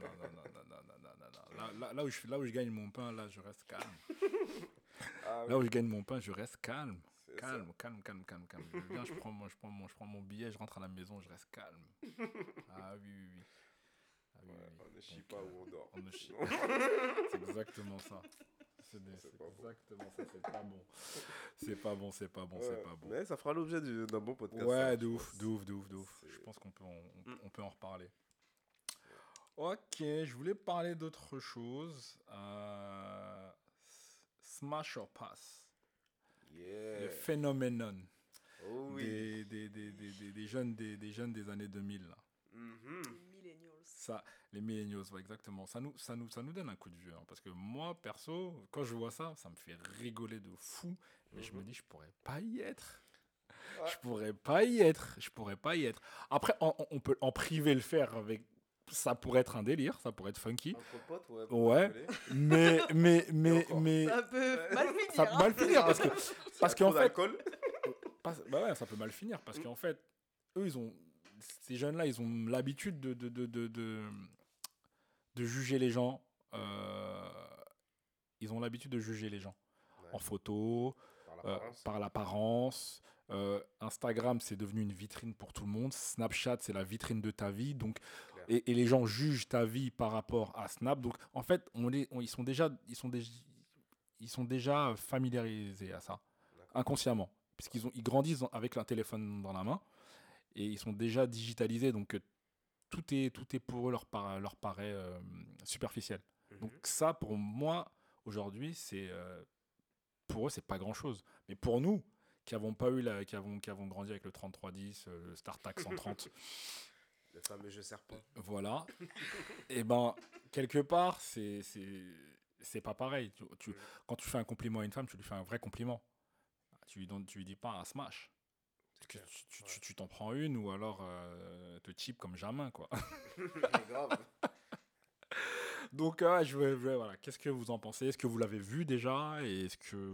Là où je gagne mon pain, là, je reste calme. Là où je gagne mon pain, je reste calme. Calme. Je viens, je prends mon billet, je rentre à la maison, je reste calme. Ah oui. On ne chie pas où on dort. On ne chie. C'est exactement ça. C'est exactement ça. C'est pas bon. C'est pas bon. Mais ça fera l'objet d'un bon podcast. Ouais, de ouf. Je pense qu'on peut en reparler. Ok, je voulais parler d'autre chose. Smash or pass. Yeah. Le phénoménon. Oh oui. Des jeunes des années 2000 là. Les millennials, ouais, exactement. Ça nous donne un coup de vieux. Hein, parce que moi, perso, quand je vois ça, ça me fait rigoler de fou. Mais je me dis, je pourrais pas y être. Ouais. Je pourrais pas y être. Après, on peut en privé le faire avec... Ça pourrait être un délire, ça pourrait être funky. Entre potes, ouais. Mais ça peut mal finir. Ça peut mal finir parce qu'en fait... ça peut mal finir parce qu'en fait, eux, ces jeunes-là, ils ont l'habitude de juger les gens. Ils ont l'habitude de juger les gens en photo, par l'apparence. Instagram, c'est devenu une vitrine pour tout le monde. Snapchat, c'est la vitrine de ta vie. Donc, et les gens jugent ta vie par rapport à Snap. Donc, en fait, ils sont déjà familiarisés à ça, inconsciemment. Puisqu'ils grandissent avec un téléphone dans la main. Et ils sont déjà digitalisés, donc tout est pour eux leur paraît superficiel. Donc ça, pour moi, aujourd'hui, pour eux, c'est pas grand-chose. Mais pour nous, qui avons grandi avec le 3310, le StarTAC 130, Le fameux jeu serpent. Voilà. Et ben, quelque part, c'est pas pareil. Quand tu fais un compliment à une femme, tu lui fais un vrai compliment. Tu lui dis pas un smash. Tu t'en prends une ou alors te cheap comme jamais, quoi. Grave. Donc, voilà. Qu'est-ce que vous en pensez? Est-ce que vous l'avez vu déjà? Et est-ce que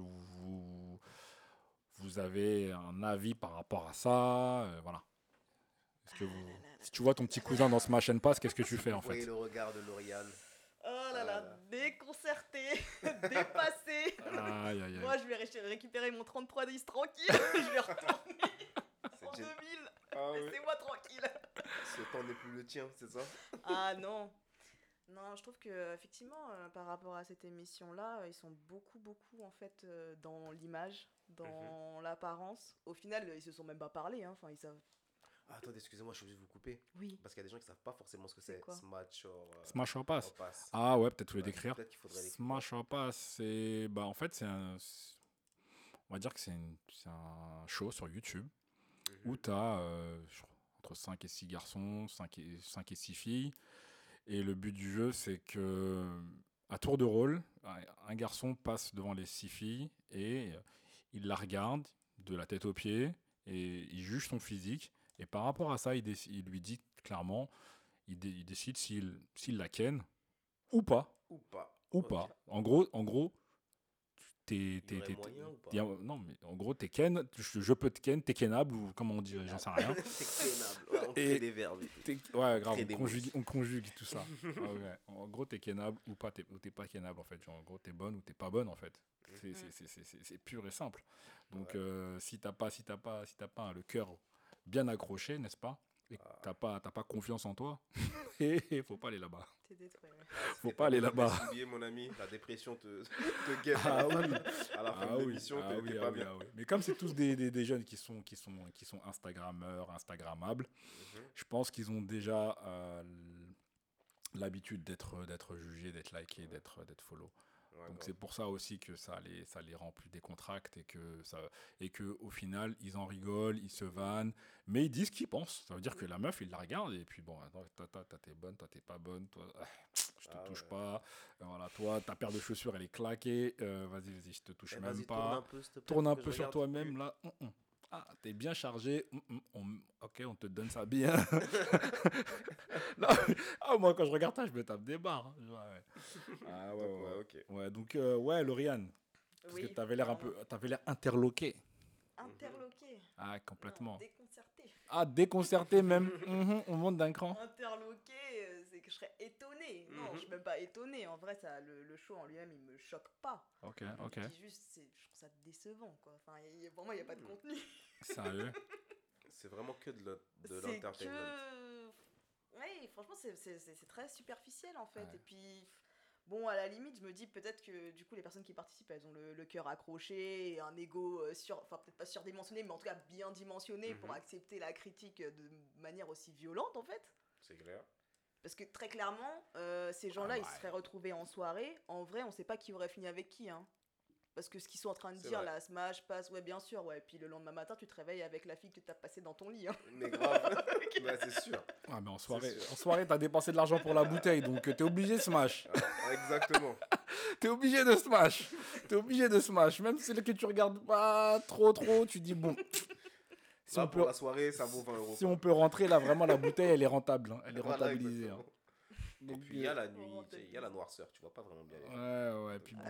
vous avez un avis par rapport à ça? Voilà. Est-ce que si tu vois ton petit cousin dans Smash and Pass, qu'est-ce que tu fais en Vous voyez fait? le regard de Lauriane. Oh là là, déconcerté, dépassé. Aïe, aïe, aïe. Moi, je vais récupérer mon 3310 tranquille. Je vais retourner en 2000. Laissez-moi tranquille. Ce temps n'est plus le tien, c'est ça? Ah non. Non, je trouve que effectivement, par rapport à cette émission-là, ils sont beaucoup en fait dans l'image, dans l'apparence. Au final, ils se sont même pas parlé. Enfin, ils savent. Ah, attendez, excusez-moi, je suis obligé de vous couper. Oui. Parce qu'il y a des gens qui savent pas forcément ce que c'est. Smash or Pass. Ah ouais, peut-être vous les décrire. Peut-être qu'il faudrait Smash or Pass, c'est en fait c'est on va dire que c'est un show sur YouTube où tu as entre 5 et 6 garçons, 5 et 6 filles. Et le but du jeu, c'est que à tour de rôle, un garçon passe devant les 6 filles et il la regarde de la tête aux pieds et il juge son physique. Et par rapport à ça, il lui dit clairement, il décide s'il la ken ou pas. Ou pas. En gros, non, mais en gros, t'es ken, je peux te ken, t'es kenable, ou comment on dit, j'en sais rien. T'es kenable, ouais, on crée des verbes. Ouais, grave, on conjugue tout ça. Ouais. En gros, t'es kenable ou pas, t'es pas kenable, en fait. Genre, en gros, t'es bonne ou t'es pas bonne, en fait. C'est pur et simple. Donc, si t'as pas le cœur bien accroché, n'est-ce pas, et que t'as pas confiance en toi, il faut pas aller là-bas. T'es détruit. Faut pas aller là-bas. Oubliez, mon ami, la dépression te guette à la fin de l'émission. T'es pas bien. Mais comme c'est tous des jeunes qui sont Instagrammeurs, Instagrammables, je pense qu'ils ont déjà l'habitude d'être jugés, d'être likés, d'être follow. Ouais, donc c'est pour ça aussi que ça les rend plus décontractés et que au final ils en rigolent, ils se vannent, mais ils disent ce qu'ils pensent. Ça veut dire que la meuf il la regarde et puis bon, toi t'es bonne, toi t'es pas bonne, toi je te touche pas, voilà, toi ta paire de chaussures elle est claquée, vas-y je te touche même pas, tourne un peu sur toi-même là. Ah, t'es bien chargé. Ok, on te donne ça bien. Non, moi, quand je regarde ça, je me tape des barres. Ok. Ouais, donc, Lauriane. Parce que t'avais l'air interloqué. Interloqué. Ah, complètement. Non, déconcerté. Ah, déconcerté même. On monte d'un cran. Interloqué, c'est que je serais étonnée. Non, je suis même pas étonnée. En vrai, le show en lui-même, il me choque pas. Ok. Je dis juste, je trouve ça décevant, quoi. Enfin, pour moi, il n'y a pas de contenu. Sérieux? C'est vraiment que de l'entertainment. Oui, franchement, c'est très superficiel, en fait. Ouais. Et puis, bon, à la limite, je me dis peut-être que, du coup, les personnes qui participent, elles ont le cœur accroché et un ego, enfin, peut-être pas surdimensionné, mais en tout cas bien dimensionné pour accepter la critique de manière aussi violente, en fait. C'est clair. Parce que, très clairement, ces gens-là, ils se seraient retrouvés en soirée. En vrai, on sait pas qui aurait fini avec qui, hein. Parce que ce qu'ils sont en train de dire, la smash, passe, ouais, bien sûr, ouais. Puis le lendemain matin, tu te réveilles avec la fille que tu as passée dans ton lit. Hein. Mais grave, ouais, c'est sûr. Ouais, mais en soirée, t'as dépensé de l'argent pour la bouteille, donc t'es obligé de smash. Exactement. T'es obligé de smash. Même si c'est que tu regardes pas trop, tu dis bon. Si là, pour la soirée, ça vaut 20 €. Si on peut rentrer, là, vraiment, la bouteille, elle est rentable. Hein. Elle est rentabilisée. Hein. Donc, et puis, il y a la nuit, il y a la noirceur, tu vois pas vraiment bien les films. Ouais, puis bon...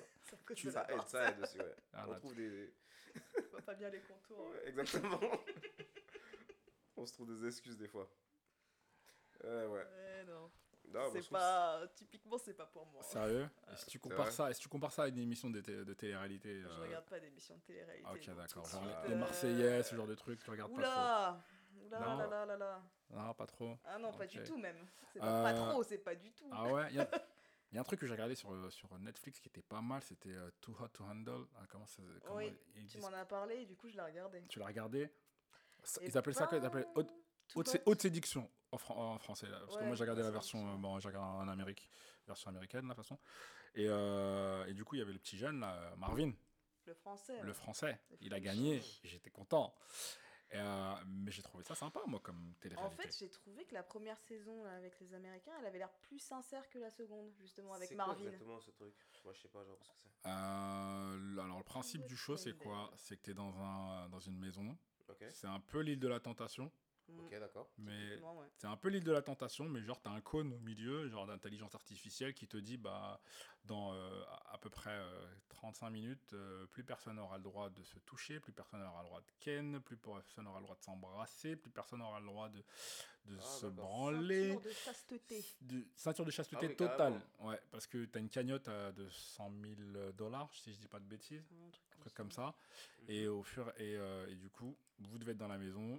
ça aide aussi, ouais. On trouve des... On voit pas bien les contours. Ouais, exactement. On se trouve des excuses des fois. Ouais, non. Non, c'est pas... Typiquement, c'est pas pour moi. Sérieux? Et si tu compares ça à une émission de télé-réalité... Je regarde pas d'émissions de télé-réalité. Ok, d'accord. Genre les Marseillais, ce genre de trucs, tu regardes pas trop. Là. Non, pas trop. Ah non, pas du tout même. C'est pas trop, c'est pas du tout. Ah ouais, il y a un truc que j'ai regardé sur Netflix qui était pas mal, c'était Too Hot to Handle. Oui, tu m'en as parlé et du coup je l'ai regardé. Tu l'as regardé? Ils appellent ça haute séduction en français. Là, parce que moi j'ai regardé la version j'ai regardé en Amérique, version américaine de toute façon. Et du coup il y avait le petit jeune là, Marvin. Le français. Il a gagné, j'étais content. Mais j'ai trouvé ça sympa, moi, comme En télé-réalité. fait, j'ai trouvé que la première saison là, avec les Américains, elle avait l'air plus sincère que la seconde, justement, avec C'est quoi Marvin. exactement ce truc? Moi, je sais pas, genre, ce que c'est. Alors, le principe du show, c'est quoi? C'est que tu es dans une maison. Ok, C'est un peu l'île de la tentation. ok, d'accord. Mais Typiquement, ouais. c'est un peu l'île de la tentation, mais genre, tu as un cône au milieu, genre d'intelligence artificielle qui te dit, bah, dans à peu près 35 minutes, plus personne n'aura le droit de se toucher, plus personne n'aura le droit de ken, plus personne n'aura le droit de s'embrasser, plus personne n'aura le droit de se d'accord. branler. Ceinture de chasteté. Ceinture de chasteté oui, totale. carrément. Ouais, parce que tu as une cagnotte de $100,000, si je dis pas de bêtises, un truc comme ça. Et et du coup, vous devez être dans la maison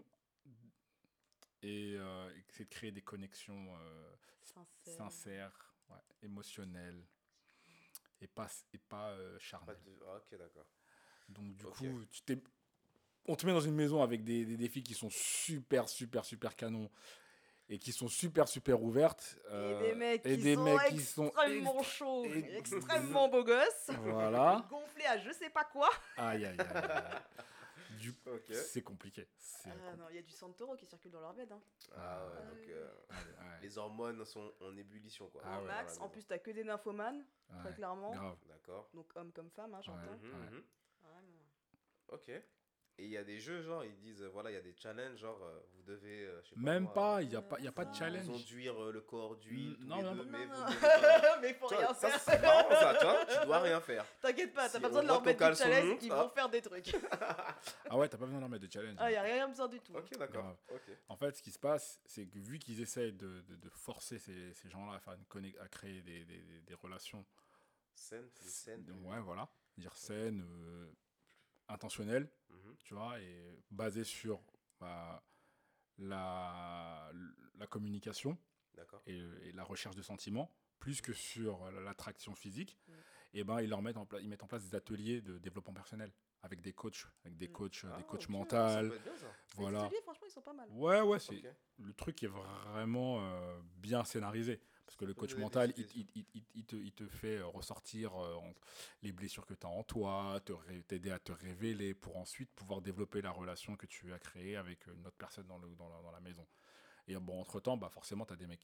et essayer de créer des connexions sincères, ouais, émotionnelles et pas Pas charnelles. Ah, ok, d'accord. Donc du Ok. coup, on te met dans une maison avec des défis qui sont super canons et qui sont super ouvertes. Et des mecs et qui des sont mecs qui sont extrêmement chauds, ex- extrêmement beaux gosses, Voilà. gonflés à je sais pas quoi. Aïe. Ok. C'est compliqué. Ah non, il y a du Santoro qui circule dans leur bed. Hein. Ah ouais, Ah donc oui. Ouais. les hormones sont en ébullition, quoi. Ah Au ouais. max, en plus t'as que des nymphomanes, très Ouais, clairement. grave. D'accord. Donc homme comme femme, hein, j'entends. Ouais. Mhm. Vraiment. Ok. Et il y a des jeux, genre, ils disent, voilà, il y a des challenges, genre, vous devez, je sais pas Même moi, pas, il n'y a pas de Ah. challenge. vous enduire le corps d'huile tous Non, les non, deux, non, mais non. vous ne devez pas... Mais faut Tu vois, rien ça, faire. c'est marrant, ça, tu vois, tu dois rien faire. T'inquiète pas, t'as Si pas on besoin de voit leur ton mettre du caleçon challenge, monte, ils hop. vont faire des trucs. Ah ouais, t'as pas besoin d'en mettre de challenge. Ah, y a rien besoin du tout. Ok, d'accord. Grave. Ok. En fait, ce qui se passe, c'est que vu qu'ils essayent de forcer ces gens-là à, à créer des relations, Scène, plus scène. Plus... ouais, voilà, dire saines, intentionnelles, Mhm. tu vois, et basées sur bah, la communication D'accord. et la recherche de sentiments, plus que sur l'attraction physique, Mm. et ben ils mettent en place des ateliers de développement personnel avec des coachs, des coachs ok. mentaux, Ça peut être bien, ça. voilà. Les ateliers, franchement, ils sont pas mal. Ouais, c'est Ok. le truc est vraiment bien scénarisé parce que le peut coach donner des mental, idées, il te fait ressortir les blessures que tu as en toi, t'aider à te révéler pour ensuite pouvoir développer la relation que tu as créée avec une autre personne dans la maison. Et bon, entre-temps, bah forcément, tu as des mecs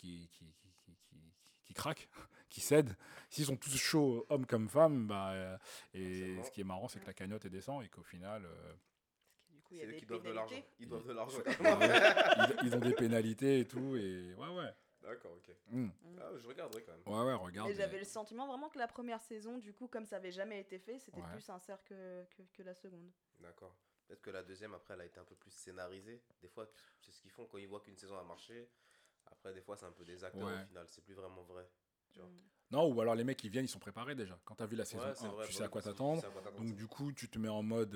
qui craquent, qui cèdent. S'ils sont tous chauds, hommes comme femmes, bah, et Forcément. ce qui est marrant, c'est que la cagnotte descend et qu'au final... Du coup, il y a C'est eux des qui doivent de l'argent. pénalités. Ils doivent de l'argent. ils ont des pénalités et tout, et ouais. D'accord, ok. Mm. Ah, je regarderai quand même. Ouais, regarde. Et j'avais le sentiment vraiment que la première saison, du coup, comme ça avait jamais été fait, c'était Ouais. plus sincère que la seconde. D'accord. Peut-être que la deuxième, après, elle a été un peu plus scénarisée. Des fois, c'est ce qu'ils font quand ils voient qu'une saison a marché. Après, des fois, c'est un peu des acteurs Ouais. au final. C'est plus vraiment vrai. Tu vois. Non, ou alors les mecs qui viennent, ils sont préparés déjà. Quand t'as vu la saison Ouais, c'est 1, vrai, tu bah sais à oui, quoi parce que t'attendre. tu sais à quoi t'attendre, Donc ça. du coup, tu te mets en mode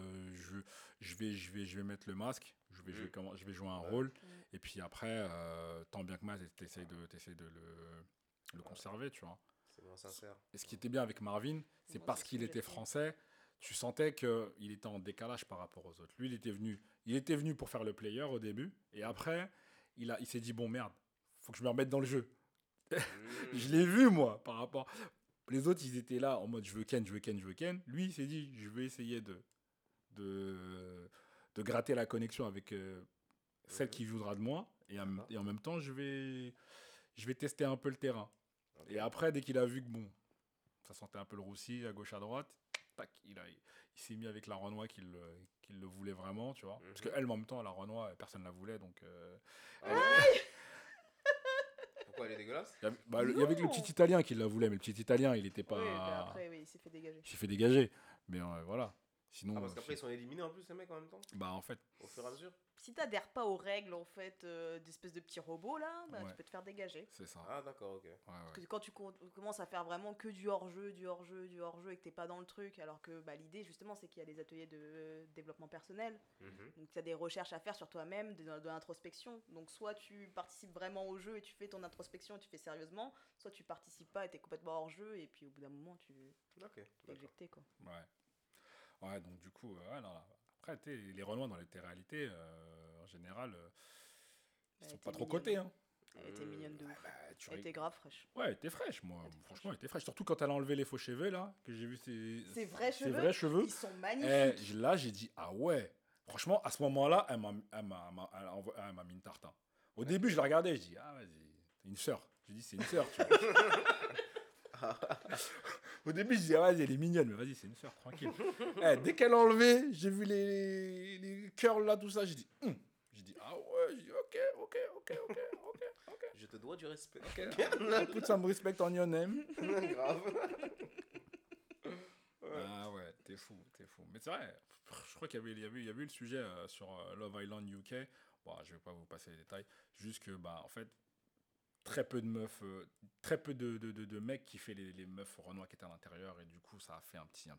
je vais mettre le masque, je vais jouer un Ouais. rôle. Et puis après, tant bien que mal, t'essayes de le conserver, tu vois. C'est moins sincère. Et ce qui était bien avec Marvin, c'est Moi, parce c'est ce qu'il que j'ai était fait. français, tu sentais qu'il était en décalage par rapport aux autres. Lui, il était venu pour faire le player au début, et après, il s'est dit, bon merde, faut que je me remette dans le jeu. Je l'ai vu, moi, par rapport... Les autres, ils étaient là en mode, je veux Ken. Lui, il s'est dit, je vais essayer de gratter la connexion avec celle qui voudra de moi, et en même temps, je vais tester un peu le terrain. Ok. Et après, dès qu'il a vu que bon, ça sentait un peu le roussi à gauche à droite, tac, il s'est mis avec la Renoir qu'il le voulait vraiment, tu vois. Parce qu'elle, en même temps, la Renoir, personne ne la voulait, donc... Pourquoi elle est dégueulasse? Il y avait que le petit Italien qui la voulait, mais le petit Italien, il était pas... Oui, mais après, oui, il s'est fait dégager. Il s'est fait dégager. Mais voilà. Sinon... Ah, parce qu'après, ils sont éliminés en plus, les mecs, en même temps? Bah, en fait... Au fur et à mesure? Si t'adhères pas aux règles, en fait, d'espèces de petits robots, là, bah, Ouais. tu peux te faire dégager. C'est ça. Ah, d'accord, ok. Ouais. Parce que quand tu commences à faire vraiment que du hors-jeu, et que t'es pas dans le truc, alors que bah, l'idée, justement, c'est qu'il y a des ateliers de développement personnel. Mhm. Donc tu as des recherches à faire sur toi-même, de l'introspection. Donc soit tu participes vraiment au jeu et tu fais ton introspection et tu fais sérieusement, soit tu participes pas et t'es complètement hors jeu et puis au bout d'un moment tu Ok, es d'accord. éjecté quoi. Ouais, donc du coup... non. Après, les Renoirs dans les réalités, en général, ils Elle sont était pas trop mignonne. cotés, hein. Elle était mignonne de ouf. Bah, Elle était grave fraîche. Ouais, elle était fraîche, moi. Elle était Franchement, fraîche. elle était fraîche. Surtout quand elle a enlevé les faux cheveux, là, que j'ai vu Ses vrais cheveux, vrais cheveux. ils sont magnifiques. Là, j'ai dit, ah ouais, Franchement, à ce moment-là, elle m'a mis une tarte. Hein. Au début, je la regardais, je dis, ah, vas-y, c'est une sœur. Je dis, c'est une sœur, tu vois. Au début, je dis, ah, vas-y, elle est mignonne, mais vas-y, c'est une sœur, tranquille. Dès qu'elle a enlevé, j'ai vu les curls là, tout ça, j'ai dit, J'ai dit, ah ouais, j'ai dit, ok. Je te dois du respect. Ok, put some respect on your name. Grave. Ah ouais, t'es fou. Mais c'est vrai, je crois qu'il y avait le sujet sur Love Island UK. Bon, je vais pas vous passer les détails. Juste que, bah, en fait, très peu de meufs, très peu de mecs qui fait les meufs Renoir qui étaient à l'intérieur. Et du coup, ça a fait un petit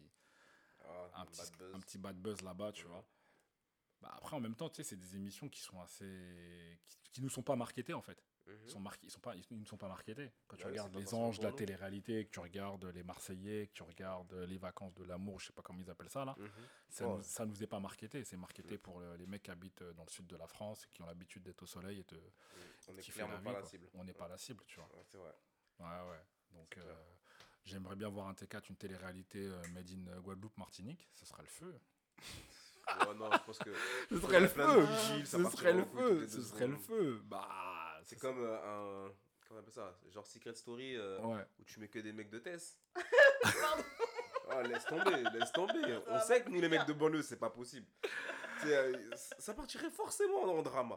bad buzz là-bas, tu vois. Bah, après, en même temps, tu sais, c'est des émissions qui sont assez... qui nous sont pas marketées, en fait. Ils ne sont pas marketés. Quand tu regardes Les Anges de la télé-réalité, que tu regardes Les Marseillais, que tu regardes Les Vacances de l'amour, je sais pas comment ils appellent ça là, ça nous est pas marketé. C'est marketé pour les mecs qui habitent dans le sud de la France et qui ont l'habitude d'être au soleil et on n'est clairement pas la cible. On n'est pas la cible, tu vois. Ouais, c'est vrai. Ouais. Donc j'aimerais bien voir un T4, une télé-réalité made in Guadeloupe, Martinique. Ce sera le feu. Ouais, non, je pense que ce serait le feu. Ce serait le feu. Bah, c'est comme un... Comment on appelle ça? Genre Secret Story où tu mets que des mecs de Tess. Laisse tomber. On sait que nous, les mecs de banlieue, c'est pas possible. Ça partirait forcément en drama.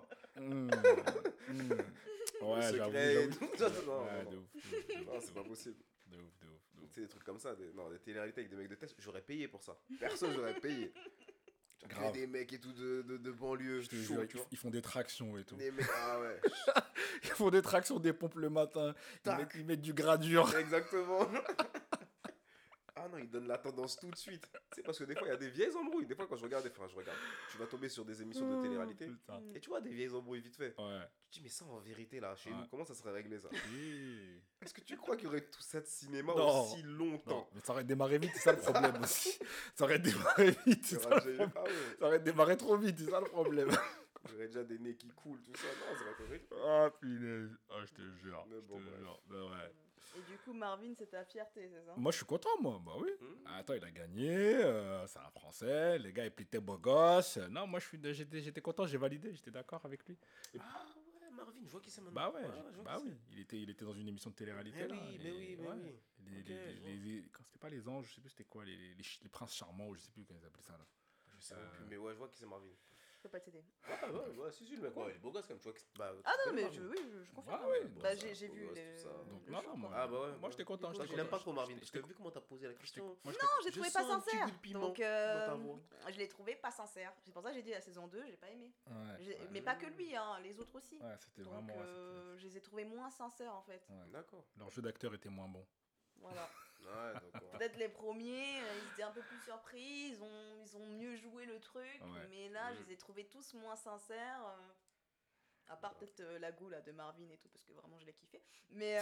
Ouais, j'avoue. Non, c'est pas possible. De ouf. C'est des trucs comme ça, des télé-réalités avec des mecs de Tess, j'aurais payé pour ça. Personne, j'aurais payé. Grave. Des mecs et tout de banlieue. Je te jure, ils font des tractions et tout. Des mecs, ah ouais. Ils font des tractions, des pompes le matin. Ils mettent du gradure. Exactement. Ah non, ils donnent la tendance tout de suite. C'est parce que des fois, il y a des vieilles embrouilles. Des fois, quand je regarde, tu vas tomber sur des émissions de télé-réalité. Et tu vois des vieilles embrouilles vite fait. Ouais. Tu te dis, mais ça, en vérité, là, chez nous, comment ça serait réglé, ça? Oui. Est-ce que tu crois qu'il y aurait tout ça de cinéma aussi longtemps? Non, mais ça aurait démarré vite, c'est ça le problème aussi. Ça aurait démarré vite, c'est ça le problème. Ça aurait démarré trop vite, c'est ça le problème. J'aurais déjà des nez qui coulent, tout ça. Non, ça va être horrible. Ah, punaise. Ah, je te jure. Ouais. Et du coup, Marvin, c'est ta fierté, c'est ça? Moi, je suis content, moi. Bah oui. Attends, il a gagné. C'est un Français. Les gars, ils étaient beaux gosses. Non, moi, j'étais content, j'ai validé. J'étais d'accord avec lui. Ouais, Marvin, je vois qui c'est maintenant. Bah oui. Il était dans une émission de télé-réalité. Mais oui. C'était pas les anges, je sais plus c'était quoi, les princes charmants, je sais plus comment ils appelaient ça là. Je sais plus, mais ouais, je vois qui c'est Marvin. Je peux pas t'aider. Ouais, si, le mec, il est beau gosse quand même, tu vois. Non, mais je confirme. J'ai vu les. Donc, non, moi j'étais content. Je n'aime pas trop Marvin, parce que vu comment t'as posé la question. Non, j'ai trouvé pas sincère. Donc, je l'ai trouvé pas sincère. C'est pour ça que j'ai dit la saison 2, j'ai pas aimé. Mais pas que lui, les autres aussi. Ouais, c'était donc, vraiment. je les ai trouvés moins sincères en fait. D'accord. Leur jeu d'acteur était moins bon. Voilà. Donc, peut-être les premiers, ils étaient un peu plus surpris, ils ont mieux joué le truc, mais là, je les ai trouvés tous moins sincères. À part peut-être la goût là, de Marvin et tout, parce que vraiment je l'ai kiffé. Mais.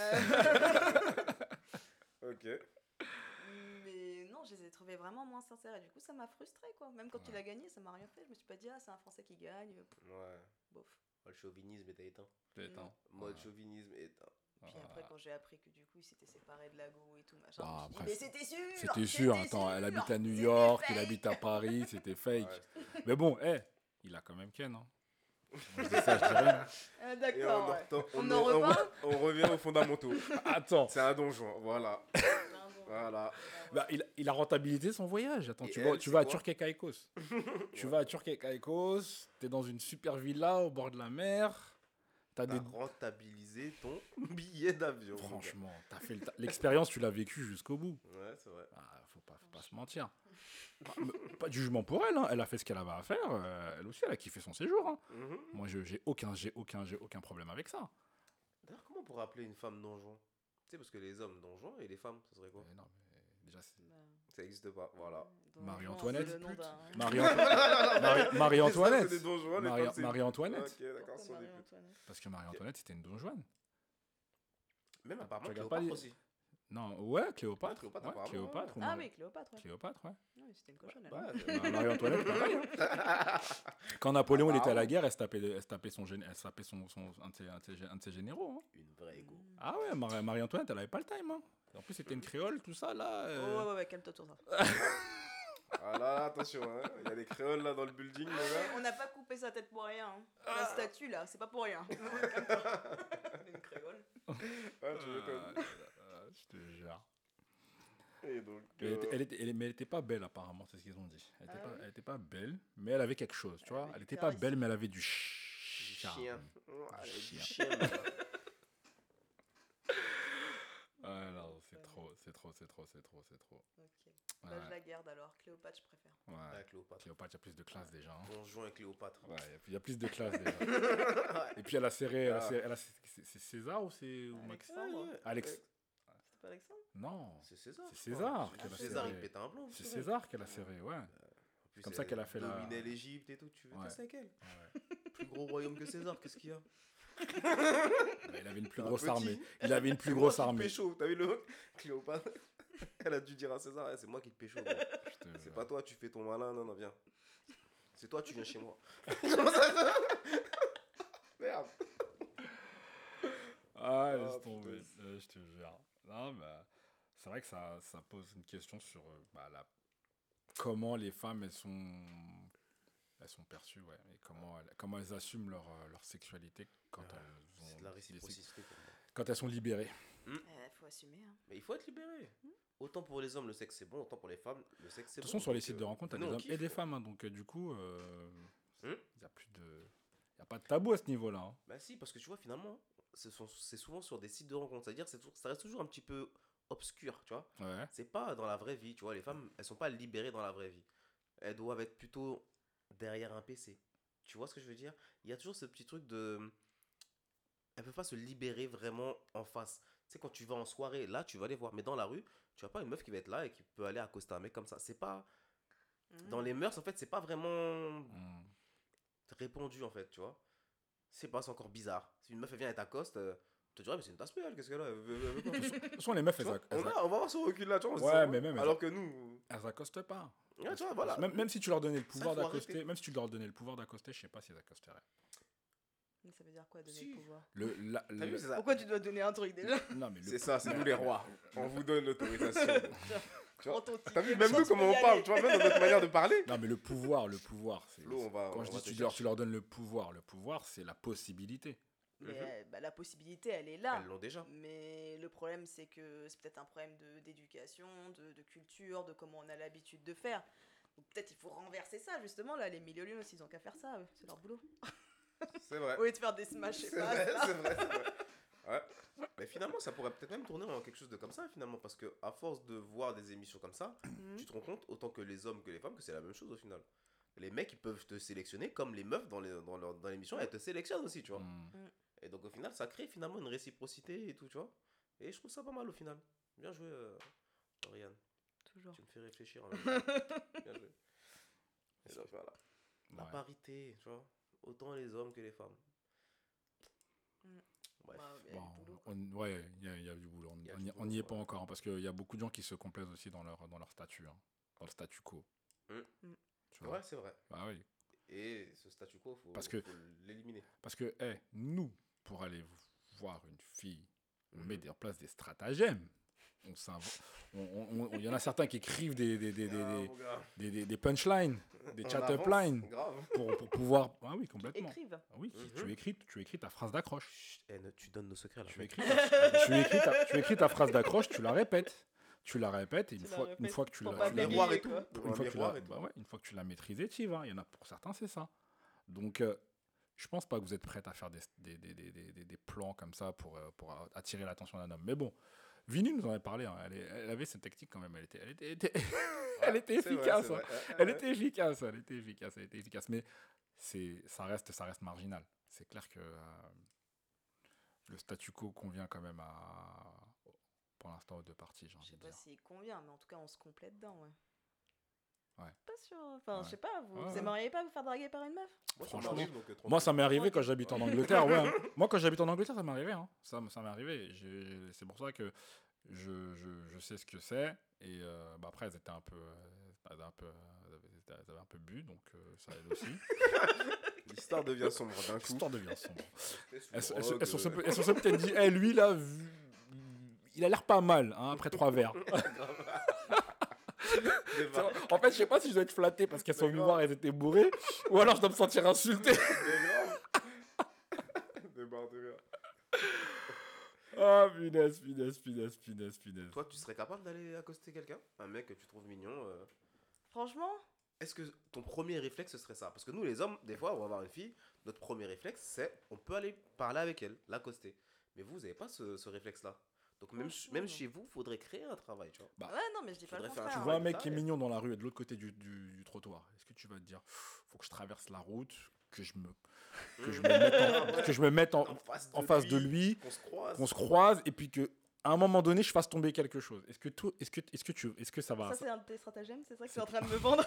Ok. Mais non, je les ai trouvés vraiment moins sincères et du coup, ça m'a frustré quoi. Même quand il a gagné, ça m'a rien fait. Je me suis pas dit, c'est un Français qui gagne. Ouais. Bof. Le chauvinisme est éteint. Mode chauvinisme éteint. Puis après, quand j'ai appris que du coup, il s'était séparé de Lago et tout, machin, je me suis dit, mais c'était sûr! C'était sûr, attends, elle habite à New York, il habite à Paris, c'était fake. Ouais. Mais bon, il a quand même Ken, hein. Je dis ça, je dis rien. D'accord, on revient aux fondamentaux. Attends. C'est un donjon, voilà. Bah, il a rentabilisé son voyage. Attends, tu vas à Turquie Caicos. Tu vas à Turquie Caicos, t'es dans une super villa au bord de la mer. T'as rentabilisé ton billet d'avion. Franchement, l'expérience, tu l'as vécue jusqu'au bout. Ouais, c'est vrai. Faut pas se mentir. Pas de jugement pour elle, hein. Elle a fait ce qu'elle avait à faire. Elle aussi, elle a kiffé son séjour. Hein. Moi, j'ai aucun problème avec ça. D'ailleurs, comment on pourrait appeler une femme donjon? Tu sais, parce que les hommes donjon et les femmes, ça serait quoi? Non, mais déjà, ça n'existe pas, voilà. Marie-Antoinette. Marie-Antoinette. Marie-Antoinette. Ok, d'accord, sur des putes. Parce que Marie-Antoinette, c'était une donjoine. Même apparemment Cléopâtre aussi. Non, ouais, Cléopâtre. Cléopâtre. Ah oui, Cléopâtre. Cléopâtre, ouais. Non, c'était une cochonne. Marie-Antoinette, pareil. Quand Napoléon il était à la guerre, elle se tapait un de ses généraux. Hein. Une vraie go. Ah ouais, Marie-Antoinette, elle avait pas le time. Hein. En plus, c'était une créole, tout ça, là. Ouais, calme-toi sur ça. Ah là, attention, hein. Il y a des créoles là dans le building, mon gars. On n'a pas coupé sa tête pour rien. Hein. La statue là, c'est pas pour rien. Une créole. Ah, tu m'étonnes. Je te jure. Et donc, Mais elle était pas belle apparemment, c'est ce qu'ils ont dit. Elle était pas belle, mais elle avait quelque chose, tu vois. Elle était pas charisme. belle, mais elle avait du chien. Oh, elle a du chien. chien, mon gars. Ah non, c'est trop. Ok. Bah, je la garde alors. Cléopâtre, je préfère. Ouais. Ah, Cléopâtre. Cléopâtre, il y a plus de classe déjà. Hein. Bonjour avec Cléopâtre. Ouais, il y a plus de classe déjà. Et puis elle a serré. C'est César ou c'est. Alexandre. Alex. C'était pas Alexandre? Non. C'est César. C'est César je qu'elle crois. a César, serré. il pète un plomb. C'est César qu'elle a serré, ouais. En plus, Comme ça qu'elle a fait la. dominé l'Égypte et tout. Tu veux Ouais. casser avec elle? Ouais. Plus gros royaume que César, qu'est-ce qu'il y a? Bah, il avait une plus Un grosse petit. armée. Il avait une plus grosse armée. Pécho, t'as vu le Cléopâtre? Elle a dû dire à César, c'est moi qui te pécho. Gros. C'est pas toi, tu fais ton malin, non, viens. C'est toi, tu viens chez moi. Merde. Ah, laisse Oh, tomber. putain. Je te jure. Non, bah, c'est vrai que ça pose une question sur comment les femmes elles sont perçues, ouais, et comment elles assument leur sexualité quand elles ont C'est de la réciprocité pour moi. quand elles sont libérées. Faut assumer. Hein. Mais il faut être libéré. Autant pour les hommes, le sexe c'est bon, autant pour les femmes, le sexe c'est De bon. toute façon, sur les Donc, sites de rencontres, t'as nous, des on hommes kiffe, et des quoi. femmes, hein, donc du coup, il y a pas de tabou à ce niveau-là. Hein. Bah si, parce que tu vois, finalement, c'est souvent sur des sites de rencontres. C'est-à-dire ça reste toujours un petit peu obscur, tu vois. Ouais. C'est pas dans la vraie vie, tu vois. Les femmes, elles sont pas libérées dans la vraie vie. Elles doivent être plutôt derrière un PC. Tu vois ce que je veux dire? Il y a toujours ce petit truc de... Elles peuvent pas se libérer vraiment en face. Tu sais, quand tu vas en soirée, là, tu vas les voir. Mais dans la rue, tu vois pas une meuf qui va être là et qui peut aller accoster un mec comme ça. C'est pas... Dans les mœurs, en fait, c'est pas vraiment répondu, en fait, tu vois. C'est encore bizarre. Si une meuf, elle vient et t'accoste, tu te dirais, mais c'est une tasse elle, qu'est-ce qu'elle a? De toute façon, les meufs, Tu vois, on va avoir ce recul là, tu vois. Ouais, mais même alors que nous... elles accostent pas. Ouais, tu vois, voilà. Même si tu leur donnais le pouvoir faut d'accoster, arrêter. même si tu leur donnais le pouvoir d'accoster, je sais pas si elles accosteraient. Mais ça veut dire quoi, donner Si. le pouvoir? T'as vu, c'est ça. Pourquoi tu dois donner un truc déjà? Non, mais C'est ça, c'est nous les rois. On vous donne l'autorisation. Tu vois, Prends ton t'as vu, ticket, même nous, tu comment peux y on parle, aller. tu vois, même dans notre manière de parler. Non, mais le pouvoir, c'est... Flo, on va... Quand je dis tu leur donnes le pouvoir, c'est la possibilité. Mais la possibilité, elle est là. Elles l'ont déjà. Mais le problème, c'est que c'est peut-être un problème d'éducation, de culture, de comment on a l'habitude de faire. Donc peut-être il faut renverser ça, justement. Là, les millionnaires, ils ont qu'à faire ça, eux. C'est leur boulot. C'est vrai. Au lieu de faire des smash et C'est vrai, c'est vrai, c'est vrai. Ouais. Mais finalement, ça pourrait peut-être même tourner en quelque chose de comme ça, finalement. Parce que à force de voir des émissions comme ça, tu te rends compte, autant que les hommes que les femmes, que c'est la même chose au final. Les mecs, ils peuvent te sélectionner comme les meufs dans l'émission, elles te sélectionnent aussi, tu vois. Et donc au final, ça crée finalement une réciprocité et tout, tu vois. Et je trouve ça pas mal au final. Bien joué, Oriane. Toujours. Tu me fais réfléchir en même temps. Bien joué. Et donc voilà. La Ouais. parité, tu vois. Autant les hommes que les femmes. Bref. Ouais, il y a du boulot, quoi. Ouais, il y a du boulot. Il y a On du n'y boulot, est pas ouais. encore, hein, parce qu'il y a beaucoup de gens qui se complaisent aussi dans leur statut, hein, dans le statu quo. Tu vois. Ouais, c'est vrai. Bah oui. Et ce statu quo, faut l'éliminer. Parce que, nous, pour aller voir une fille, on met en place des stratagèmes. Il y en a certains qui écrivent des punchlines, des chat-uplines pour pouvoir... Ah oui, complètement. Écrivent. Ah oui, tu écris ta phrase d'accroche. Tu donnes nos secrets là. Tu écris ta phrase d'accroche, tu la répètes. Tu la répètes et une fois que tu l'as... Miroir et tout. Une fois que tu l'as maîtrisé, tu y vas. Il y en a pour certains, c'est ça. Donc, je pense pas que vous êtes prête à faire des plans comme ça pour attirer l'attention d'un homme. Mais bon, Vini nous en avait parlé. Hein. Elle avait cette technique quand même. Elle était efficace. Elle était efficace. Mais ça reste marginal. C'est clair que le statu quo convient quand même pour l'instant aux deux parties. Je sais pas s'il convient, mais en tout cas, on se complète dedans, ouais. Ouais. Pas sûr. Enfin, je sais pas, vous Ouais. aimeriez pas vous faire draguer par une meuf? Franchement, moi ça m'est arrivé quand j'habite en Angleterre. Ouais, hein. Moi quand j'habite en Angleterre, ça m'est arrivé. Hein. Ça m'est arrivé. C'est pour ça que je sais ce que c'est. Et après, elles avaient un peu bu, donc ça aide aussi. L'histoire devient sombre d'un coup. L'histoire devient sombre. Elles se sont peut-être dit, lui là, il a l'air pas mal hein, après 3 verres. En fait, je sais pas si je dois être flatté parce qu'elles sont venues voir, elles étaient bourrées, ou alors je dois me sentir insulté. Mais barre de rire. Ah, punaise. Toi, tu serais capable d'aller accoster quelqu'un? Un mec que tu trouves mignon Franchement, Est-ce que ton premier réflexe, ce serait ça? Parce que nous, les hommes, des fois, on va voir une fille, notre premier réflexe, c'est on peut aller parler avec elle, l'accoster. Mais vous n'avez pas ce réflexe-là. Donc même chez vous, il faudrait créer un travail, tu vois. ouais, non, mais je dis pas le faudrait faire un contraire. Tu vois un mec qui est mignon dans la rue et de l'autre côté du trottoir. Est-ce que tu vas te dire, faut que je traverse la route, que je me mette en face de lui, qu'on se croise, et puis que à un moment donné, je fasse tomber quelque chose. Est-ce que ça va? Ça, c'est un de tes stratagèmes, c'est ça que tu es en train de me vendre?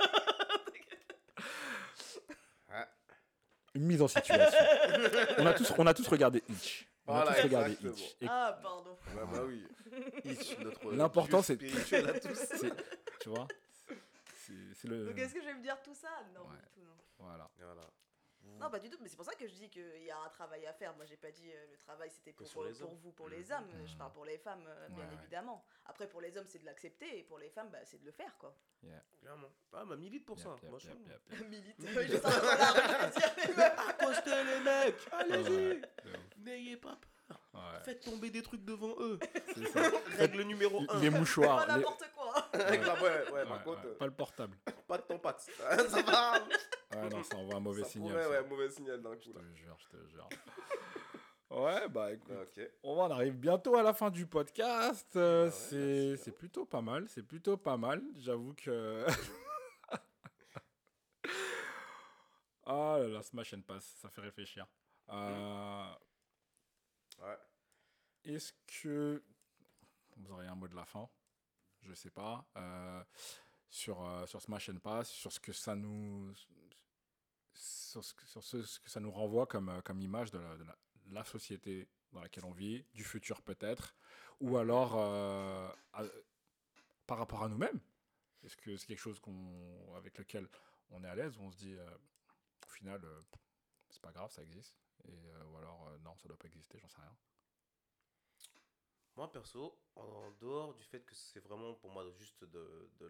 Une mise en situation. on a tous regardé Hitch. Hitch. Ah, pardon. Bah oui. Hitch, notre L'important, dieu spirituel à tous. Tu vois, c'est le. Donc, est-ce que je vais me dire tout ça? Non, Ouais. du tout, non. Voilà. Non, pas du tout, mais c'est pour ça que je dis qu'il y a un travail à faire. Moi, j'ai pas dit le travail c'était pour vous, pour les hommes. Je parle pour les femmes, bien évidemment. Après, pour les hommes, c'est de l'accepter, et pour les femmes, c'est de le faire, quoi. Clairement. Ah, bah milite pour ça. Milite. Juste en train de dire, accostez les mecs, allez-y. N'ayez pas peur. Faites tomber des trucs devant eux. C'est ça. Règle numéro 1. Les mouchoirs. pas n'importe quoi. Par contre, pas le portable. pas de tampax. Ça va. Ouais, non, ça envoie un mauvais signal. Ouais, mauvais signal d'un coup. Je te jure. Ouais, bah écoute, Ok. on en arrive bientôt à la fin du podcast. C'est plutôt pas mal. J'avoue que. Ah là là, Smash and Pass, ça fait réfléchir. Ouais. Est-ce que vous auriez un mot de la fin? Je sais pas. Sur Smash and Pass, sur ce que ça nous. Sur ce que ça nous renvoie comme image de la société dans laquelle on vit, du futur peut-être, ou alors par rapport à nous-mêmes. Est-ce que c'est quelque chose avec lequel on est à l'aise, où on se dit au final c'est pas grave, ça existe, ou alors non, ça doit pas exister, j'en sais rien. Moi perso, en dehors du fait que c'est vraiment pour moi juste de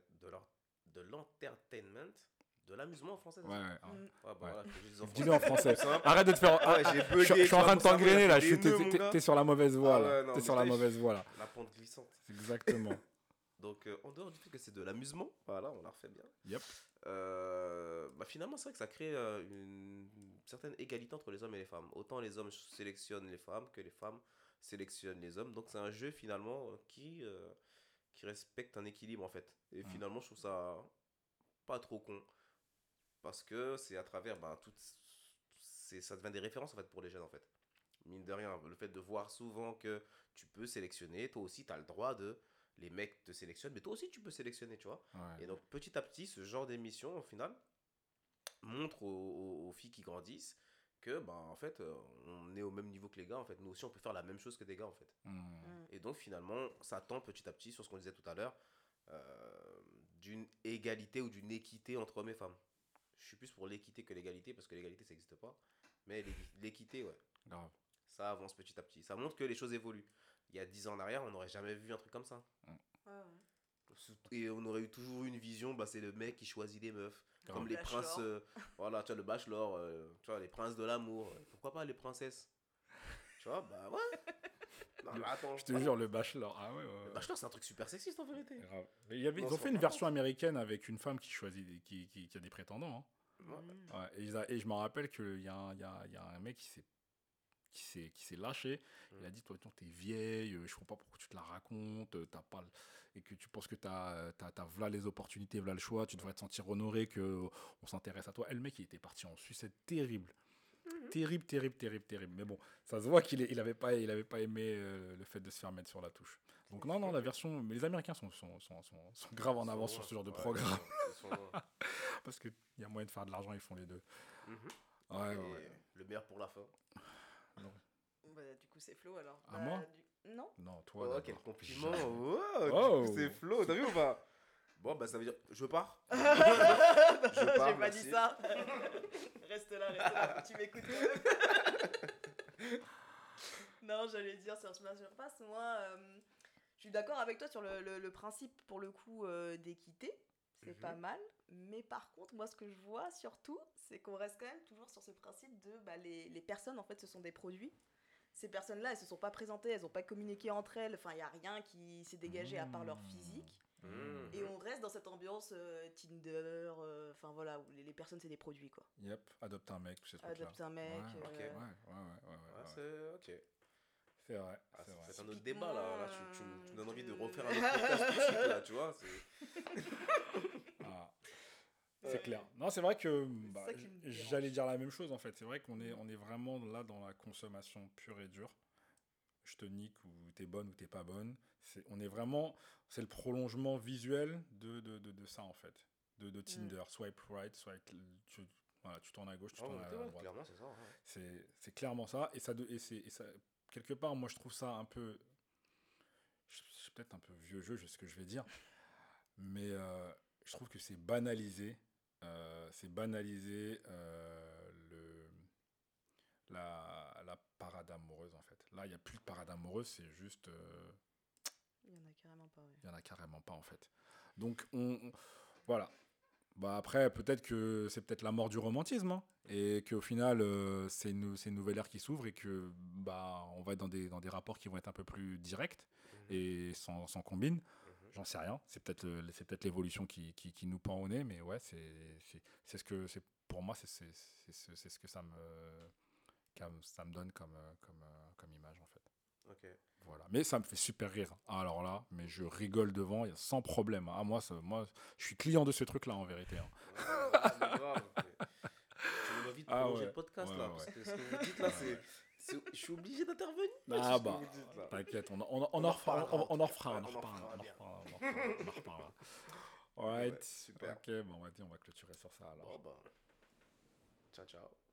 l'entertainment, de l'amusement en français. Ouais. Voilà, je dis en français. Dis-le en français. Arrête de te faire. Je suis en train de t'engrainer là. T'es sur la mauvaise voie là. T'es sur la mauvaise voie là. La pente glissante. Exactement. Donc en dehors du fait que c'est de l'amusement, voilà, on la refait bien. Yep. Finalement, c'est vrai que ça crée une certaine égalité entre les hommes et les femmes. Autant les hommes sélectionnent les femmes que les femmes sélectionnent les hommes. Donc c'est un jeu finalement qui respecte un équilibre en fait. Et finalement, je trouve ça pas trop con. Parce que c'est à travers ça devient des références en fait pour les jeunes en fait. Mine de rien, le fait de voir souvent que tu peux sélectionner, toi aussi tu as le droit les mecs te sélectionnent, mais toi aussi tu peux sélectionner, tu vois. Ouais. Et donc petit à petit, ce genre d'émission au final montre aux filles qui grandissent que en fait on est au même niveau que les gars en fait. Nous aussi on peut faire la même chose que des gars en fait. Et donc finalement ça tend petit à petit sur ce qu'on disait tout à l'heure d'une égalité ou d'une équité entre hommes et femmes. Je suis plus pour l'équité que l'égalité, parce que l'égalité, ça n'existe pas. Mais l'équité, ouais. Grave. Ça avance petit à petit. Ça montre que les choses évoluent. Il y a 10 ans en arrière, on n'aurait jamais vu un truc comme ça. Et on aurait toujours eu une vision, c'est le mec qui choisit les meufs. Grave. Comme les princes, voilà, tu vois, le bachelor, tu vois, les princes de l'amour. Pourquoi pas les princesses? Tu vois, ouais. Non, mais attends. Je te jure, le bachelor. Ah ouais. Le bachelor, c'est un truc super sexiste en vérité. Grave. Ils ont fait une version américaine avec une femme qui choisit, qui a des prétendants. Hein. Ouais. Et je me rappelle qu'il y a un mec qui s'est lâché. Il a dit, toi, t'es vieille, je comprends pas pourquoi tu te la racontes, et que tu penses que t'as voilà les opportunités, voilà le choix, tu devrais te sentir honoré qu'on s'intéresse à toi. Et le mec, il était parti en sucette terrible. Terrible. Mais bon, ça se voit qu'il avait pas aimé le fait de se faire mettre sur la touche. Donc non, la version... Mais les Américains sont grave en avance sur ce genre de programme. Parce qu'il y a moyen de faire de l'argent, ils font les deux. Ouais. Le meilleur pour la fin. Non. Du coup, c'est Flo alors. Moi Non. Non, toi. Quel compliment. Du coup, c'est Flo. T'as vu ou pas? Bon, ça veut dire je pars. Je pars, j'ai pas dit ça. Reste là, tu m'écoutes quand même. Non, j'allais dire sur Smash and Pass, moi, suis d'accord avec toi sur le principe, pour le coup, d'équité. C'est pas mal. Mais par contre, moi, ce que je vois surtout, c'est qu'on reste quand même toujours sur ce principe de les personnes, en fait, ce sont des produits. Ces personnes-là, elles se sont pas présentées, elles ont pas communiqué entre elles. Enfin, il y a rien qui s'est dégagé à part leur physique. Et on reste dans cette ambiance Tinder, enfin voilà, où les personnes, c'est des produits, quoi. Yep, adopte un mec, ces trucs-là. Adopte un mec. Ouais, c'est ok. C'est vrai. C'est un autre débat là. Tu me donnes envie de refaire un autre podcast tout de suite, là, tu vois. C'est clair. Non, c'est vrai que j'allais dire la même chose en fait. C'est vrai qu'on est vraiment là dans la consommation pure et dure. Je te nique ou t'es bonne ou t'es pas bonne. C'est le prolongement visuel de ça en fait. De Tinder. Swipe right, tu tournes à gauche, tu tournes à droite. Clairement, c'est ça. Ouais. C'est clairement ça. Et ça, quelque part, moi je trouve ça un peu. C'est peut-être un peu vieux jeu, ce que je vais dire. Mais je trouve que c'est banalisé. La parade amoureuse en fait. Là, il n'y a plus de parade amoureuse, c'est juste. Il y en a carrément pas. Il y en a carrément pas en fait. Donc voilà. Bah après, peut-être que c'est peut-être la mort du romantisme, hein, et qu'au final, c'est une nouvelle ère qui s'ouvre et que on va être dans des rapports qui vont être un peu plus directs et sans combine. J'en sais rien. C'est peut-être l'évolution qui nous pend au nez, mais ouais, c'est ce que c'est pour moi, c'est ce que ça me donne comme image en fait. Ok. Voilà. Mais ça me fait super rire. Alors là, mais je rigole devant, sans problème. Ah, moi, je suis client de ce truc-là en vérité. Hein. Tu me donnes envie de prolonger le podcast là, parce que ce que vous dites là, je suis obligé d'intervenir. Ah bah, t'inquiète, on en reparlera. Alright, super. Ok, bon, on va clôturer sur ça alors. Ciao.